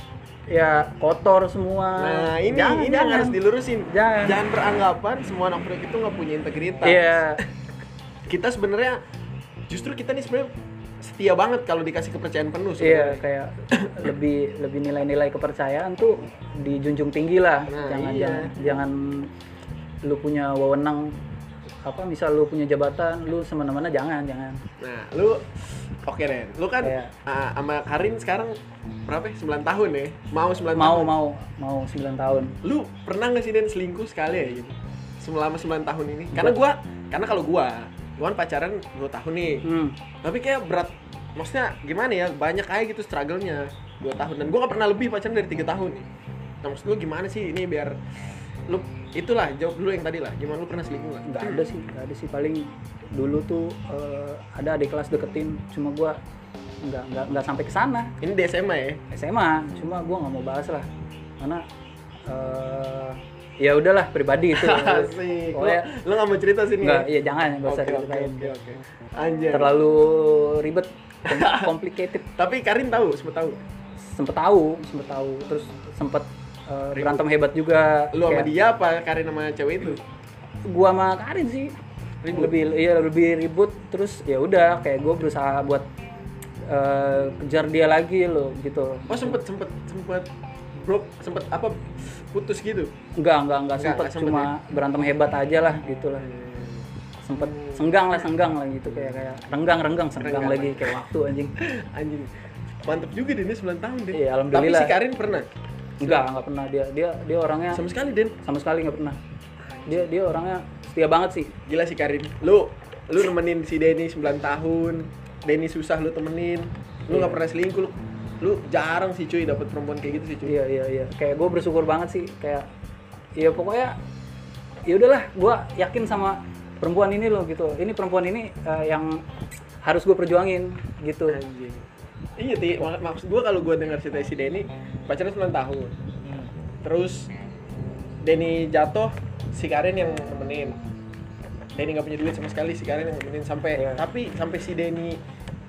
ya kotor semua. Nah, ini jangan, ini yang jangan. harus dilurusin. Jangan. beranggapan semua anak proyek itu nggak punya integritas. Iya. Kita sebenarnya justru kita nih sebenarnya setia banget kalau dikasih kepercayaan penuh Iya, sebenarnya. kayak lebih lebih nilai-nilai kepercayaan tuh dijunjung tinggi lah. Nah, jangan iya. jangan jangan lu punya wewenang apa misal lu punya jabatan, lu semena-mena jangan, jangan. Nah, lu oke deh. Lu kan Kayak- ah, sama Karin sekarang berapa ya? sembilan tahun ya? Mau sembilan Mau tahun. mau mau sembilan tahun. Lu pernah nggak sih Den selingkuh sekali ya gitu? Selama sembilan tahun ini? Karena gua karena kalau gua gua kan pacaran dua tahun nih. Hmm. Tapi kayak berat, maksudnya gimana ya, banyak aja gitu struggle-nya dua tahun, dan gue gak pernah lebih pacaran dari tiga tahun nih. Nah maksud gue gimana sih ini biar lu, itulah jawab dulu yang tadi lah, gimana lu pernah selingkuh gak? Nggak ada sih, nggak ada sih, paling dulu tuh eh, ada adik kelas deketin, cuma gua nggak nggak nggak sampai ke sana. Ini di S M A ya? S M A, cuma gua nggak mau bahas lah, karena eh, ya udahlah pribadi itu. Asik, lu, Pokoknya lu gak mau cerita sini nggak, ya? iya jangan, nggak usah Oke oke diceritain. oke oke Anjir. Terlalu ribet, complicated. Tapi Karin tahu, sempet tahu? Sempet tahu, sempet tahu, terus sempet eh, Ribut. berantem hebat juga. Lu sama Kayak dia apa Karin sama cewek itu? Gua sama Karin sih Ribut? lebih iya lebih ribut, terus ya udah kayak gue berusaha buat eh, kejar dia lagi loh gitu. Oh sempet sempet sempet bro, sempet apa putus gitu? Enggak, enggak, enggak Enggak, sempet, enggak sempet cuma berantem hebat aja lah gitu lah. Sempet senggang lah, senggang lah gitu, kayak kayak renggang, renggang, senggang Renggang. lagi kayak waktu anjing. Anjing, mantep juga deh, ini sembilan tahun deh. Iya, alhamdulillah. Tapi si Karin pernah? Enggak, enggak pernah dia dia dia orangnya Sama sekali Den. sama sekali enggak pernah. Dia dia orangnya setia banget sih. Gila si Karin. Lu lu nemenin si Denny sembilan tahun. Denny susah lu temenin. Lu nggak Iya. pernah selingkuh lu. Lu jarang sih cuy dapet perempuan kayak gitu sih cuy. Iya, iya, iya. Kayak gue bersyukur banget sih, kayak ya pokoknya ya udahlah, gue yakin sama perempuan ini loh gitu. Ini perempuan ini eh, yang harus gue perjuangin gitu. Anjing. Iya ti, mak- maksud gua kalau gua dengar cerita si Denny pacaran sembilan tahun. Hmm. Terus Denny jatuh, si Karin yang nemenin. Denny nggak punya duit sama sekali, si Karin yang nemenin sampai Iya. tapi sampai si Denny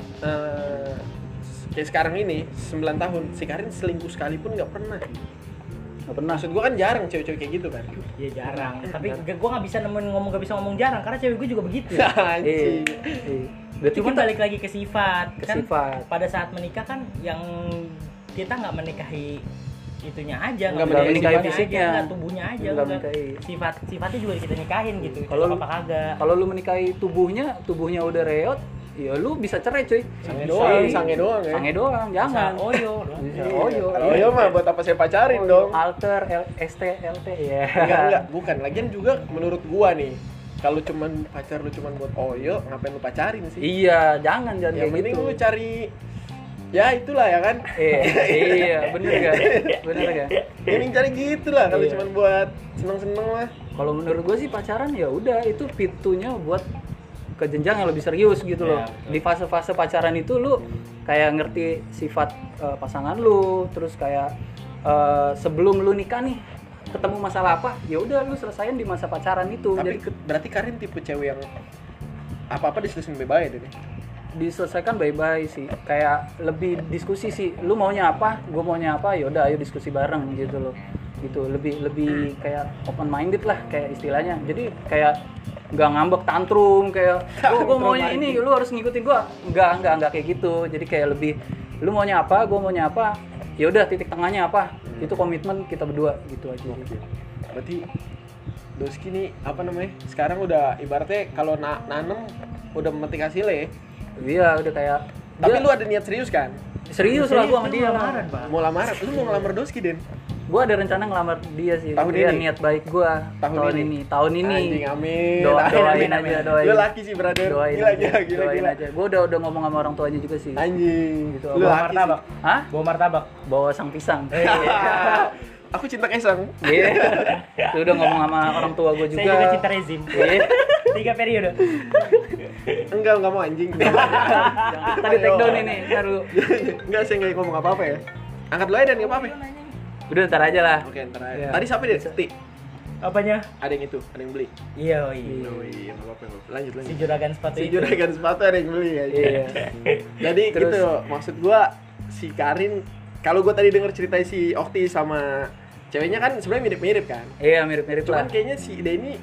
eh, kayak sekarang ini sembilan tahun, si Karin selingkuh sekalipun nggak pernah. Nggak pernah. Maksud gua kan jarang cewek-cewek kayak gitu kan. Iya jarang. Tapi gue nggak bisa nemuin ngomong nggak bisa ngomong jarang karena cewek gue juga begitu. Anjing. Iya, iya. Berarti Cuman kita balik lagi ke sifat. ke Kan sifat. pada saat menikah kan yang kita nggak menikahi itunya aja, Nggak menikahi sifatnya fisiknya. aja, nggak tubuhnya aja, Nggak nggak. menikahi. Sifat sifatnya juga kita nikahin gitu. Kalau Kalau lu- apa kagak? Kalau lu menikahi tubuhnya, tubuhnya udah reot, ya lu bisa cerai cuy. Sange Bisa. doang, sange doang ya. Sange doang, Bisa jangan. oyo doang. Bisa Iya. oyo. Kalau oyo mah buat apa saya pacarin dong? Alter, L- S T, L T ya. Enggak, enggak, bukan. Lagian juga menurut gua nih, kalau cuman pacar lu cuman buat oyo, ngapain lu pacarin sih? Iya, jangan jangan Yang kayak penting gitu. lu cari, ya itulah ya kan. Iya, iya, bener gak? Bener gak? Mending cari gitu lah kalau Iya. cuman buat seneng-seneng mah. Kalau menurut gue sih pacaran ya udah itu pintunya buat ke jenjang yang lebih serius gitu loh. Iya, betul. Di fase-fase pacaran itu lu kayak ngerti sifat eh, pasangan lu, terus kayak eh, sebelum lu nikah nih ketemu masalah apa, ya udah lu selesain di masa pacaran itu. Tapi Jadi ke- berarti Karin tipe cewek yang apa-apa diselesaikan baik-baik deh. diselesaikan bye-bye sih, kayak lebih diskusi sih, lu maunya apa, gue maunya apa, ya udah ayo diskusi bareng gitu loh, gitu lebih lebih kayak open minded lah kayak istilahnya. Jadi kayak nggak ngambek tantrum kayak gue gue maunya Tantrum ini, lu harus ngikutin gue, nggak nggak nggak kayak gitu. Jadi kayak lebih lu maunya apa, gue maunya apa, ya udah titik tengahnya apa? Itu komitmen kita berdua gitu aja. Oke. Berarti Doski nih apa namanya? Sekarang udah ibaratnya kalau na- nanem udah memetik hasilnya ya. Iya, udah kayak Tapi dia- lu ada niat serius kan? serius lah gua sama Itu dia. lamaran, Bang. Mau lamaran? Lu mau ngelamar Doski, Den? Gua ada rencana ngelamar dia sih. Tahun Dia ini? niat baik gua Tahun tahun, ini? ini. Tahun ini. Anjing, amin. Doa- Amin, doain amin, aja, amin. doain. Lu laki sih, brother. Doain Gila, aja, gila, gila, doain gila. aja. Gua udah udah ngomong sama orang tuanya juga sih. Anjing. Gitu, Lu Bawa laki martabak. sih. Hah? Bawa martabak. Bawa sang pisang. Aku cinta Kaisang. Iya. Itu udah ngomong sama orang tua gua juga. Saya juga cinta rezim. Iya. Tiga periode. Enggak, enggak mau anjing. Tadi take down ini baru. Enggak, saya enggak ngomong apa-apa ya. Angkat lu aja, Dan, enggak apa-apa. Udah ntar aja lah. Oke, ntar aja. Iya. Tadi siapa dia? Ti. Apanya? Ada yang itu, ada yang beli. Iya, oh iya. Oh iya, enggak apa-apa. nggak apa-apa. Lanjut, Si lanjut. juragan sepatu Si itu. juragan sepatu ada yang beli ya. Iya. Jadi Terus- gitu, maksud gua si Karin, kalau gua tadi denger cerita si Okti sama ceweknya kan sebenarnya mirip-mirip kan. Iya, mirip-mirip lah. Cuman kayaknya si Ida ini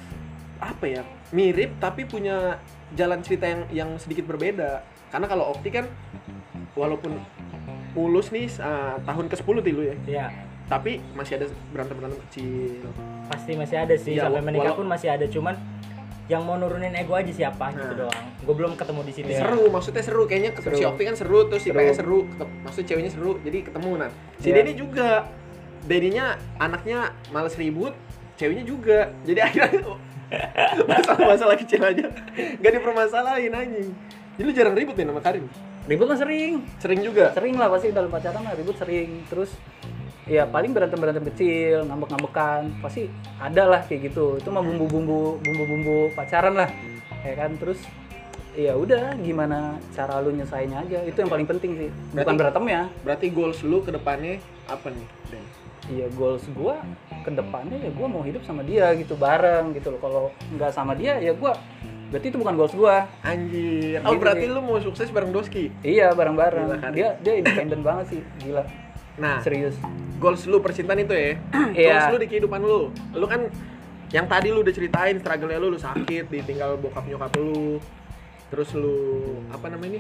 apa ya? Mirip tapi punya jalan cerita yang yang sedikit berbeda. Karena kalau Okti kan walaupun mulus nih uh, tahun ke sepuluh tilu ya. Iya. Tapi masih ada berantem-berantem kecil. Pasti masih ada sih, Iya, sampai menikah walau- pun masih ada, cuman yang mau nurunin ego aja siapa gitu Nah. doang. Gue belum ketemu di situ. ya. Seru, maksudnya seru. Kayaknya ketemu Seru. si Okti kan seru, terus si Seru. P S seru. Ketem- Maksudnya ceweknya seru, jadi ketemu nah. Si Iya. Denny juga. Denny-nya anaknya males ribut, ceweknya juga. Jadi akhirnya masalah-masalah kecil aja gak dipermasalahin anjing. Jadi lu jarang ribut deh sama Karin? Ribut mah sering. Sering juga? Sering lah pasti dalam pacaran mah ribut sering. Terus ya paling berantem-berantem kecil, ngambek-ngambekan, pasti ada lah kayak gitu. Itu mah bumbu-bumbu bumbu-bumbu pacaran lah. Ya kan, terus ya udah gimana cara lu nyelesainnya aja. Itu yang paling penting sih. Bukan Berarti- berantemnya. Berarti goals lu ke depannya apa nih, Den? Iya, goals gua ke depannya ya gua mau hidup sama dia gitu bareng gitu loh. Kalau nggak sama dia ya gua berarti itu bukan goals gua. Anjir. Oh, Gitu berarti sih. lu mau sukses bareng Doski? Iya, bareng-bareng. Gila, Karin. Dia dia independen banget sih, gila. Nah, Serius. goals lu percintaan itu ya? Iya. Goals lu di kehidupan lu. Lu kan yang tadi lu udah ceritain struggle-nya lu, lu sakit, ditinggal bokap nyokap lu. Terus lu apa namanya nih?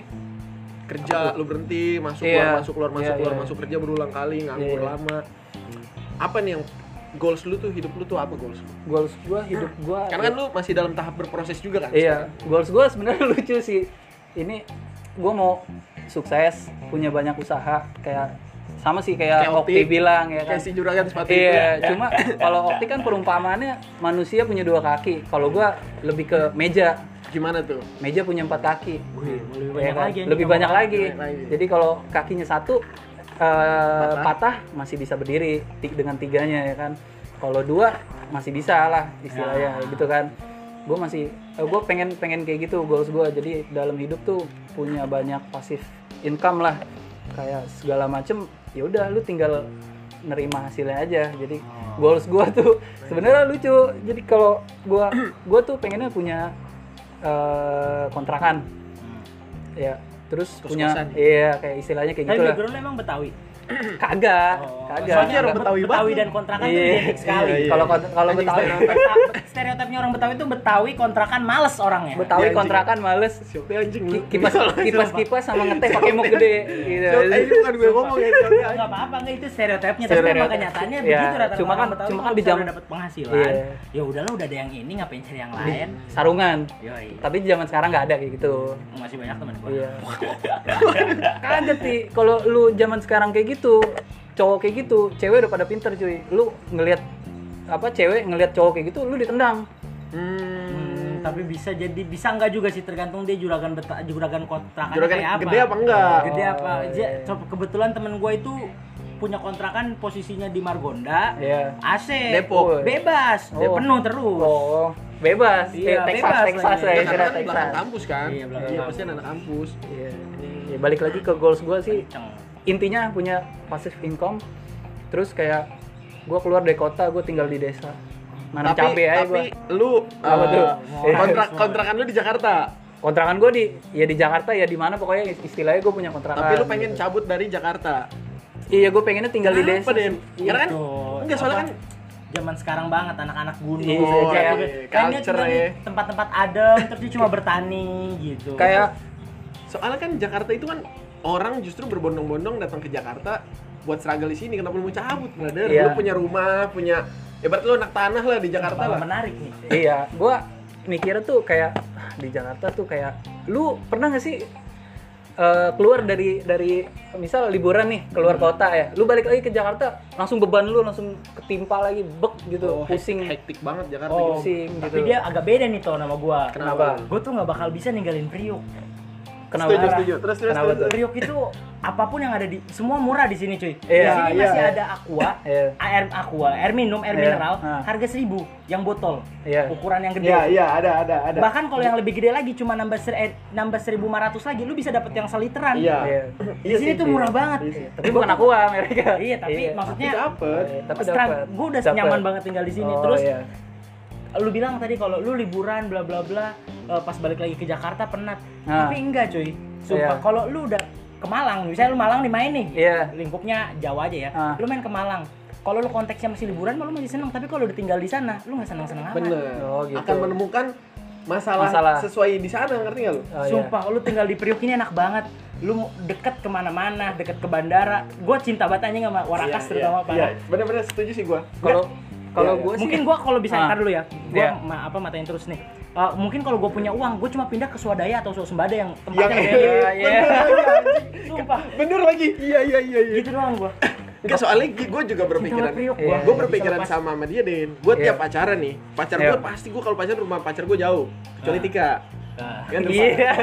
Kerja, lu berhenti, masuk Iya. keluar, masuk keluar, masuk Iya, keluar, iya. masuk kerja berulang kali, nganggur Iya. lama. Apa nih yang goals lu tuh, hidup lu tuh apa goals lu? Goals gua, hidup gua. Karena kan lu masih dalam tahap berproses juga kan? Iya, goals gua sebenarnya lucu sih. Ini gua mau sukses, punya banyak usaha kayak sama sih kayak, Kayak Okti Okti. bilang ya kan. Kayak si juragan sepatu itu. Iya, cuma kalau Okti kan perumpamaannya manusia punya dua kaki. Kalau gua lebih ke meja. Gimana tuh? Meja punya empat kaki. Wih, lebih Ya banyak kan? lagi. yang Lebih kita banyak mau. lagi. Banyak lagi. Jadi kalau kakinya satu eh, Patah. patah. masih bisa berdiri ti- dengan tiganya ya kan. Kalau dua masih bisa lah istilahnya Ya. gitu kan. Gue masih gue pengen pengen kayak gitu goals gue. Jadi dalam hidup tuh punya banyak pasif income lah. Kayak segala macem. Ya udah lu tinggal nerima hasilnya aja. Jadi goals gue tuh sebenarnya lucu. Jadi kalau gue gue tuh pengennya punya eh, kontrakan. Ya, terus punya Kos-kosan. iya kayak istilahnya kayak Tapi gitu lah. background lu emang Betawi. Kagak, Oh, kagak. soalnya orang kagak. Betawi Betawi banget. dan kontrakan tuh Iya, identik sekali. iya, iya. Kalau kont- kalau Anjing, Betawi Beta- Stereotipnya orang Betawi itu Betawi kontrakan males orangnya. Betawi Iya, anjing. kontrakan males. Siapa anjing lu? Ki- Kipas kipas kipas sama ngeteh pakai muk gede gitu. Siapa- eh, ini bukan gue ngomong ya, siapa anjing? Enggak apa-apa, enggak itu stereotipnya, tapi Stereotip. memang kenyataannya Iya, begitu rata-rata cuma orang kan- Betawi cuma kalau kan di misalnya jam- dapat penghasilan. Iya. Ya udahlah udah ada yang ini ngapain cari yang lain. Sarungan. Yoi. Tapi di zaman sekarang nggak ada kayak gitu. Masih banyak teman gua. Iya. Kaget sih kalau lu zaman sekarang kayak gitu, cowok kayak gitu, cewek udah pada pinter cuy. Lu ngelihat apa cewek ngelihat cowok kayak gitu, lu ditendang. Hmm, tapi bisa jadi bisa enggak juga sih, tergantung dia juragan beta, juragan kontrakan Juragan kayak apa. gede apa enggak? Gede apa? Oh, Ja- iya. coba kebetulan temen gue itu punya kontrakan posisinya di Margonda. Iya. A C. Depok. Bebas. Dia Oh. penuh terus. Oh, bebas. Iya, Eh, Texas, bebas Texas lagi. ya, Ya, istilah karena kan Texas. belakang kampus kan? Iya, belakang Iya, kampus. pasti anak kampus. Iya. Ya, balik lagi ke goals gua sih. Kenceng. Intinya punya passive income. Terus kayak gua keluar dari kota, gua tinggal di desa. Nanam Tapi cabe aja tapi gua. lu Apa eh, tuh? kontrak kontrakan lu di Jakarta. Kontrakan gua di ya di Jakarta ya di mana pokoknya istilahnya gua punya kontrakan. Tapi lu pengen cabut dari Jakarta. Iya, gua pengennya tinggal di Kenapa, desa. Den? sih. Karena kan Tuh, enggak soalnya apa, kan zaman sekarang banget anak-anak gunung. Iya, kayak kayak gitu. Kan dia culture tinggal di ya. tempat-tempat adem, terus dia cuma bertani gitu. Kayak soalnya kan Jakarta itu kan orang justru berbondong-bondong datang ke Jakarta buat struggle di sini, kenapa lu mau cabut, brother? Iya. Lu punya rumah, punya ya berarti lu anak tanah lah di Jakarta Malah lah. menarik nih. Iya, gua mikirnya tuh kayak ah, di Jakarta tuh kayak lu pernah nggak sih eh, keluar dari dari misal liburan nih keluar kota ya, lu balik lagi ke Jakarta langsung beban lu langsung ketimpa lagi bek gitu, Oh, pusing. hektik banget Jakarta Oh, gitu. pusing tapi gitu. dia agak beda nih tuh nama gua. Kenapa? Gue tuh nggak bakal bisa ninggalin Priuk. Kenapa? Setuju, setuju. Terus terus Kenapa terus. tuh? terus. Priuk itu apapun yang ada di semua murah di sini cuy. Di Iya, sini iya, masih iya. ada aqua, Iya. air aqua, air minum, air Iya, mineral, ah. harga seribu yang botol, Iya. ukuran yang gede. Iya, iya, ada ada ada. Bahkan kalau yang lebih gede lagi cuma nambah ser eh, nambah seribu lima ratus lagi, lu bisa dapat yang seliteran. Iya. Iya. Di sini tuh murah banget. Iya. Tapi bukan aku mereka. Iya, tapi Iya. maksudnya Tapi dapet. Iya, tapi Strang- dapat. gue udah Dapat. nyaman banget tinggal di sini. Oh, Terus iya. lu bilang tadi kalau lu liburan bla bla bla eh, pas balik lagi ke Jakarta penat. Nah. Tapi enggak cuy. Sumpah Iya. kalau lu udah ke Malang, misalnya lu Malang nih main nih. Iya. Lingkupnya Jawa aja ya. Ah. Lu main ke Malang. Kalau lu konteksnya masih liburan, malu masih seneng. Tapi kalau udah tinggal di sana, lu nggak seneng-seneng amat. Bener. Oh, gitu. Akan menemukan masalah, Masalah. sesuai di sana, ngerti nggak lu? Oh, iya. Sumpah, lu tinggal di Priuk ini enak banget. Lu mau deket kemana-mana, deket ke bandara. Gue cinta banget anjing sama Warakas Iya, terutama iya, parah. iya. Bener-bener setuju sih gua. Kalau kalau Iya, iya. gue sih Mungkin gua kalau bisa Ah. ntar dulu ya. Gua Iya. ma- apa matain terus nih. Uh, mungkin kalau gue punya uang, gue cuma pindah ke Swadaya atau Swasembada yang Yang tempatnya iya, lebih iya. iya. Sumpah, Bener lagi. Iya, iya, iya, iya. gitu doang gue. Enggak, soalnya gue juga berpikiran. banget Priuk, Iya. gua. Gue Bisa berpikiran lepas. sama sama dia, Den. Gue Iya. tiap pacaran nih, pacar Iya. gue pasti gue kalau pacaran rumah pacar gue jauh, kecuali Ah. Tika. Nah, Kan depan. Iya. Tika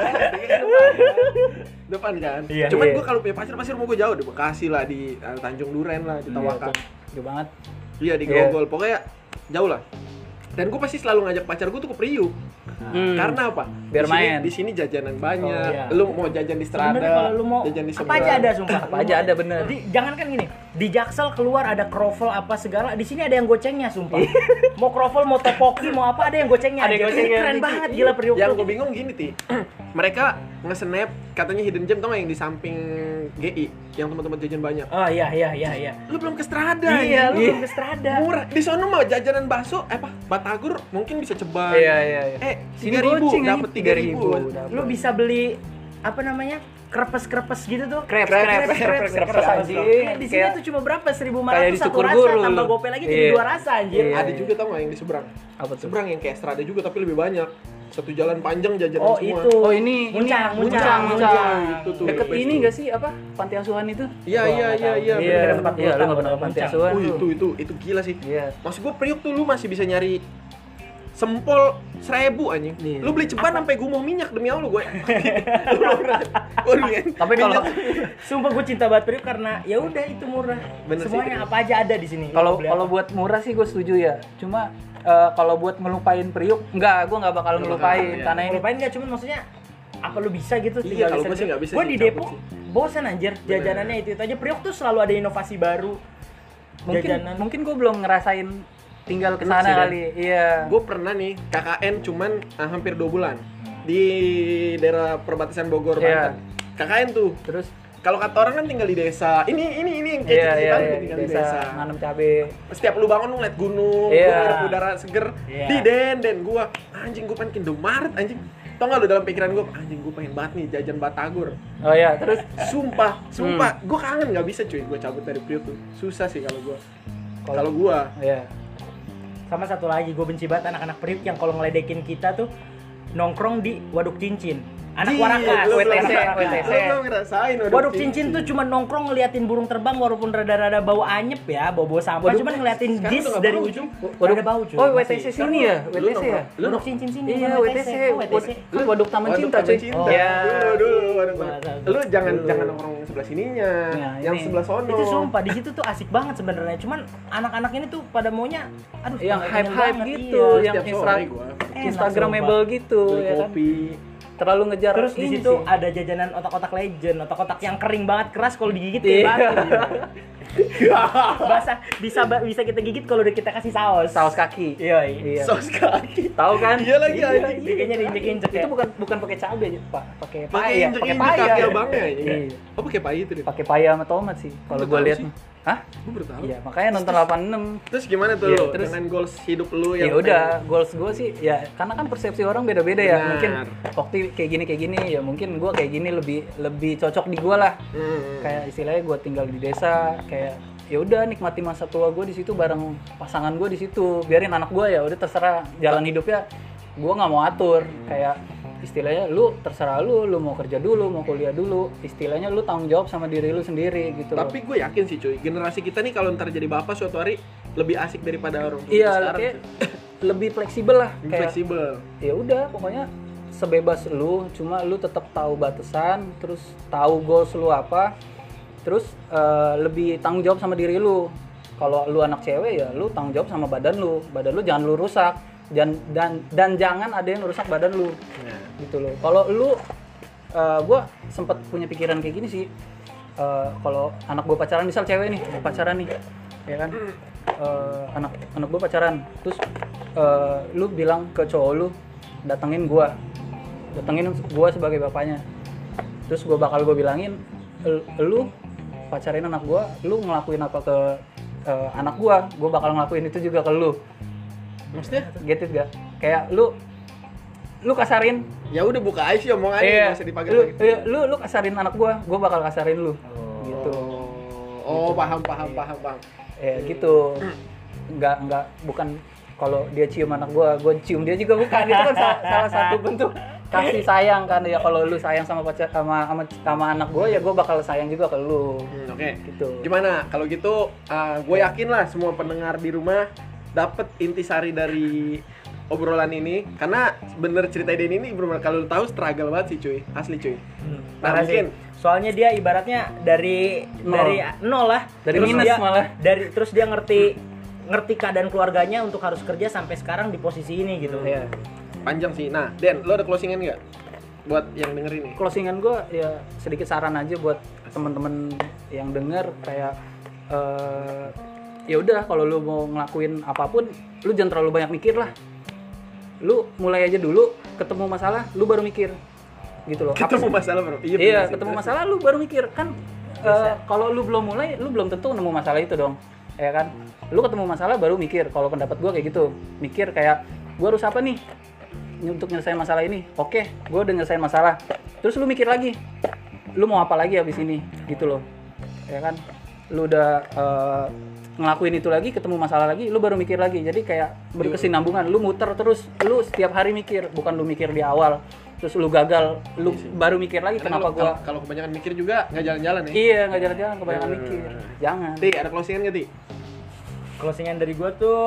kan depan, kan? Depan kan. Iya. Cuman Iya. gue kalau punya pacar pasti rumah gue jauh di Bekasi lah, di uh, Tanjung Duren lah, di Tawakal. Jauh banget. Iya, di Iya. Grogol. Pokoknya jauh lah. Dan gue pasti selalu ngajak pacar gue tuh ke Priuk. Hmm. Karena apa? Biar di sini, main. Di sini jajanan banyak. Oh, iya. Lu mau jajan di Strada, sebenarnya kalau lu mau jajan di apa seberang. aja ada sumpah. Apa aja ada, bener. Di, jangan kan gini, di Jaksel keluar ada kroffel apa segala, di sini ada yang gocengnya sumpah. Mau kroffel, mau topoki, mau apa ada yang gocengnya. Ada yang aja. gocengnya. Keren banget gila Priuk Yang tuh. gue bingung gini, Ti. Mereka nge-snap katanya hidden gem, tau gak yang di samping G I yang tempat-tempat jajan banyak. Oh iya iya iya iya. Lu belum ke Strada. Iya, lu anjing. belum ke Strada. Murah. Di sono mah jajanan bakso eh, apa? Batagor mungkin bisa ceban. Iya, iya, iya. Eh, Sini tiga ribu goceng, dapat anjing. tiga ribu. Dapet. Lu bisa beli apa namanya? Krepes-krepes gitu tuh. Crepes, Crepes, crepes, crepes, crepes, crepes, crepes, crepes. anjing. Kayak di sini Kayak- tuh cuma berapa? seribu lima kayak ratus di satu Syukur rasa, Guru tambah lu. gopay lagi jadi Iya. dua rasa anjir. Iya. Ada juga tau gak yang di seberang? Apa tuh? Seberang yang kayak Strada juga tapi lebih banyak. Satu jalan panjang jajanan Oh semua. itu. Oh, ini Muncang, ini muncang, muncang, muncang. Itu tuh. Deket best ini tuh. enggak sih apa? Panti asuhan itu? Iya, Gua iya, nggak iya, tahu. iya. Iya, bener, tempat iya, gua lu tahu, nggak pernah bener, panti muncang. asuhan. Oh, lu. itu itu itu gila sih. Iya. Maksud gue Priuk tuh lu masih bisa nyari sempol seribu anjing. Iya. Lu beli ceban sampai gumuk minyak demi Allah gue. Tapi kalau Sumpah gue cinta banget Priuk karena ya udah itu murah. Bener sih, Semuanya Priuk. apa aja ada di sini. kalau Lu beli kalau apa. buat murah sih gue setuju ya. Cuma eh, kalau buat ngelupain Priuk, enggak, gue nggak bakal Nggak ngelupain bakal, iya. karena ini Ngelupain nggak, cuman maksudnya apa lu bisa gitu Iya, tinggal kalau di gua sana. sih nggak bisa Gua sih, di cabut Depok sih. bosan anjir jajanannya itu itu aja. Priok tuh selalu ada inovasi baru. mungkin Jajanan. mungkin gue belum ngerasain tinggal ke Lu sana sih, Dan. kali. Iya. Gue pernah nih K K N cuman uh, hampir dua bulan di daerah perbatasan Bogor Iya. Banten. K K N tuh. Terus Kalau kata orang kan tinggal di desa. Ini ini ini yang kayak iya, iya, cerita iya, tinggal di desa, desa. nanam cabe. Setiap lu bangun lu ngeliat gunung, Iya. lu ngeliat udara seger. Iya. Di den den gua anjing gua pengen ke Indomaret anjing. Tau gak lu dalam pikiran gua anjing gua pengen banget nih jajan batagor. Oh iya, terus Sumpah, sumpah, Hmm. gua kangen nggak bisa cuy gua cabut dari Priok tuh. Susah sih kalau gua. Kalau- Kalau gua iya. Sama satu lagi gue benci banget anak-anak Priok yang kalau ngeledekin kita tuh nongkrong di Waduk Cincin. Anak Ih, Warakas, lu W T C, belum- W T C. Lu belum ngerasain Waduk Cincin tuh cuma nongkrong ngeliatin burung terbang walaupun rada-rada bau anyep ya, bau-bau sampah, Waduh, cuman ngeliatin sekarang dis udah nggak dari bau, ujung. cuy. Waduh, ada bau cuy. Oh, W T C masih. sini ya? W T C ya? Lu Waduk nongkrong- Cincin sini. Iya, bukan W T C. Oh, W T C. Kan Waduk Taman Waduk Cinta, Taman cuy. Cinta. Oh. Iya. Dulu dulu Waduk Gua Taman- tahu. Lu jangan Dulu. jangan nongkrong sebelah sininya. Nah, yang ini. sebelah sono. Itu sumpah di situ tuh asik banget sebenarnya. Cuman anak-anak ini tuh pada maunya aduh Yang pengen hype-hype banget, gitu, iya. yang Setiap Instra- sore gua Enak, Instagramable gitu beli ya kan. kopi. Terlalu ngejar Terus di ini situ sih. ada jajanan otak-otak legend, otak-otak yang kering banget, keras kalau digigit Iya. kayak batu. Basah, bisa ba- bisa kita gigit kalau udah kita kasih saus. Saus kaki. Iya. Iya. Saus kaki. Tahu kan? Iya lagi Iya, anjing. iya. Kayaknya diinjek-injek ya. Itu bukan bukan pakai cabe aja, Pak. Pakai Pakai paya, injek pakai injek paya. kaki abangnya. Iya. Oh pakai paya itu deh. Pakai paya sama tomat sih kalau Nggak gua tahu lihat. sih. Hah? Gue baru tahu. Iya, makanya nonton delapan enam. Terus gimana tuh Iya, lu terus- dengan goals hidup lu yang Ya udah, goals gue sih ya karena kan persepsi orang beda-beda ya. Benar. Mungkin waktu kayak gini kayak gini ya mungkin gue kayak gini lebih lebih cocok di gue lah. Hmm. Kayak istilahnya gue tinggal di desa, kayak ya udah nikmati masa tua gue di situ bareng pasangan gue di situ. Biarin anak gue ya udah terserah jalan hidupnya. Gue nggak mau atur. Kayak istilahnya lu terserah lu, lu mau kerja dulu, mau kuliah dulu. Istilahnya lu tanggung jawab sama diri lu sendiri gitu loh. Tapi gue yakin sih cuy, generasi kita nih kalau ntar jadi bapak suatu hari lebih asik daripada orang tua Iya, kita sekarang. kayak cuy. lebih fleksibel lah. Lebih Kayak fleksibel. ya udah pokoknya sebebas lu, cuma lu tetap tahu batasan, terus tahu goals lu apa, terus eh, lebih tanggung jawab sama diri lu. Kalau lu anak cewek ya lu tanggung jawab sama badan lu, badan lu jangan lu rusak, dan dan dan jangan ada yang rusak badan lu, Nah. gitu loh. Kalau lu, uh, gue sempet punya pikiran kayak gini sih. Uh, kalau anak gue pacaran, misal cewek nih pacaran nih, ya kan, uh, anak anak gue pacaran, terus uh, lu bilang ke cowok lu, datengin gue, datengin gue sebagai bapaknya, terus gue bakal gue bilangin, lu pacarin anak gue, lu ngelakuin apa ke uh, anak gue, gue bakal ngelakuin itu juga ke lu. Maksudnya? Get it gak? Kayak lu lu kasarin, Ya udah buka aja sih omongannya, iya, nggak usah lu, dipakai-pakai. iya, lu lu kasarin anak gua, gua bakal kasarin lu. Gitu. Oh, oh paham paham paham paham. Ya gitu. Enggak enggak bukan kalau dia cium anak gua, gua cium dia juga bukan. Itu kan sa- salah satu bentuk kasih sayang kan ya. Kalau lu sayang sama pacar sama sama, sama anak gua ya gua bakal sayang juga ke lu. Hmm, Oke. Gitu. Gimana? Kalau gitu, uh, gue yakin lah semua pendengar di rumah dapat intisari dari obrolan ini, karena bener cerita Den ini bener kalau lu tahu struggle banget sih cuy, asli cuy. Hmm, Nah, parah sih. mungkin Soalnya dia ibaratnya dari Nol. dari nol lah, Dari Terus minus dia- malah. Dari terus dia ngerti ngerti keadaan keluarganya untuk harus kerja sampai sekarang di posisi ini gitu. Iya. panjang sih. Nah, Den, lo ada closingan nggak buat yang dengerin nih? Closingan gua ya sedikit saran aja buat teman-teman yang denger kayak eh ya udah kalau lu mau ngelakuin apapun lu jangan terlalu banyak mikir lah. Lu mulai aja dulu, ketemu masalah lu baru mikir. Gitu loh. Apa Ketemu sih- masalah bro. Iya, bener sih. ketemu masalah lu baru mikir kan. eh, kalau lu belum mulai, lu belum tentu nemu masalah itu dong, ya kan? Lu ketemu masalah baru mikir. Kalau pendapat gua kayak gitu, mikir kayak gua harus apa nih untuk nyelesain masalah ini. Oke, gua udah nyelesain masalah. Terus lu mikir lagi, lu mau apa lagi habis ini, gitu loh, ya kan? Lu udah eh, ngelakuin itu lagi, ketemu masalah lagi, lu baru mikir lagi. Jadi kayak berkesinambungan, lu muter terus, lu setiap hari mikir, bukan lu mikir di awal terus lu gagal, lu baru mikir lagi Karena kenapa kalau- gua kalau- kalau kebanyakan mikir juga nggak jalan-jalan ya. iya nggak jalan-jalan kebanyakan Hmm. mikir, jangan. Ti, ada closingan nggak Ti? Closingan dari gua tuh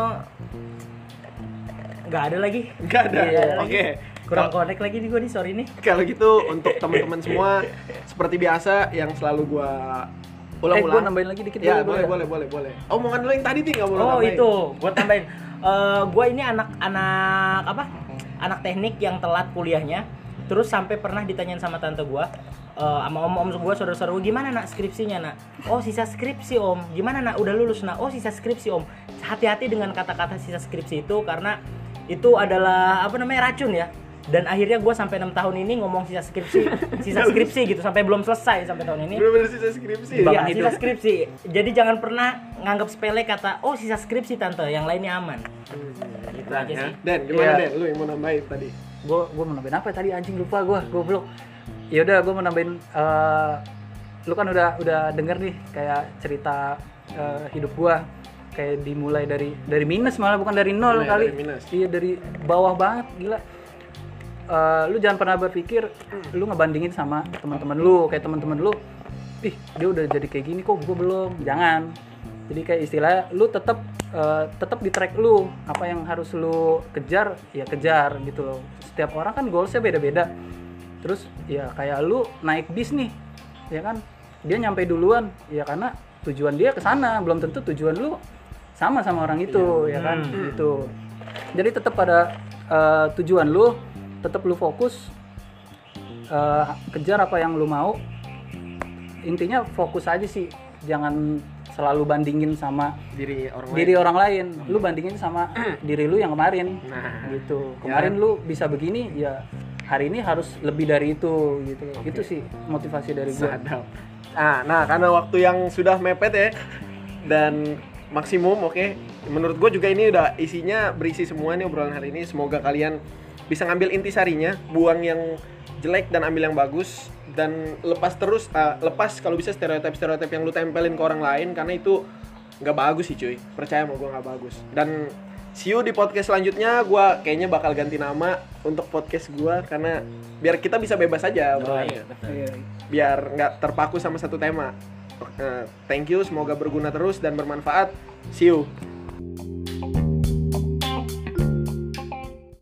nggak ada lagi. Nggak ada. Nggak ada Oke. lagi. Kurang connect lagi nih gua nih, sorry nih. Kalau gitu untuk teman-teman semua seperti biasa yang selalu gua Eh, ulang-ulang. gua nambahin lagi dikit Ya, dulu, boleh, boleh, boleh, boleh. Omongan lo yang tadi Ti nggak boleh Oh nambahin. itu, gua tambahin. Eh, gua ini anak-anak apa? Anak teknik yang telat kuliahnya. Terus sampai pernah ditanyain sama tante gua, eh, sama om-om gua, saudara-saudara gua, gimana nak skripsinya nak? Oh sisa skripsi om. Gimana nak? Udah lulus nak? Oh sisa skripsi om. Hati-hati dengan kata-kata sisa skripsi itu karena itu adalah apa namanya racun ya. Dan akhirnya gua sampai enam tahun ini ngomong sisa skripsi, sisa skripsi gitu sampai belum selesai sampai tahun ini. Bener-bener sisa skripsi. Bang Iya, hidup. sisa skripsi. Jadi jangan pernah nganggap sepele kata, oh sisa skripsi tante, yang lainnya aman. Gitu aja Ya. sih. Den, gimana Iya. Den? Lu yang mau nambahin tadi? Gua gua mau nambahin apa tadi anjing lupa gua, goblok. Ya udah gua mau nambahin eh, lu kan udah udah denger nih kayak cerita eh, hidup gua kayak dimulai dari dari minus malah bukan dari nol Mulai kali. dari minus. Iya dari bawah banget gila. Eh, lu jangan pernah berpikir lu ngebandingin sama teman-teman lu kayak teman-teman lu ih dia udah jadi kayak gini kok gua belum, jangan. Jadi kayak istilahnya lu tetap eh, tetap di track lu, apa yang harus lu kejar ya kejar gitu loh. Setiap orang kan goalsnya beda-beda. Terus ya kayak lu naik bis nih ya kan, dia nyampe duluan ya karena tujuan dia ke sana, belum tentu tujuan lu sama sama orang itu ya kan gitu. Jadi tetap pada eh, tujuan lu, tetap lu fokus eh, kejar apa yang lu mau. Intinya fokus aja sih, jangan selalu bandingin sama Diri orang lain. diri orang lain. Lu bandingin sama diri lu yang kemarin. Nah, Gitu. Kemarin lu bisa begini, ya hari ini harus lebih dari itu gitu. Itu sih motivasi dari gua. sadap. Nah, nah karena waktu yang sudah mepet ya dan maksimum, oke. Okay. Menurut gue juga ini udah isinya berisi semua nih obrolan hari ini. Semoga kalian bisa ngambil intisarinya, buang yang jelek dan ambil yang bagus, dan lepas terus uh, lepas kalau bisa stereotip-stereotip yang lu tempelin ke orang lain, karena itu nggak bagus sih cuy. Percaya sama gue nggak bagus. Dan see you di podcast selanjutnya. Gue kayaknya bakal ganti nama untuk podcast gue karena biar kita bisa bebas aja Oh, obrolannya. iya, betul. Iya. Biar nggak terpaku sama satu tema. Uh, thank you, semoga berguna terus dan bermanfaat. See you.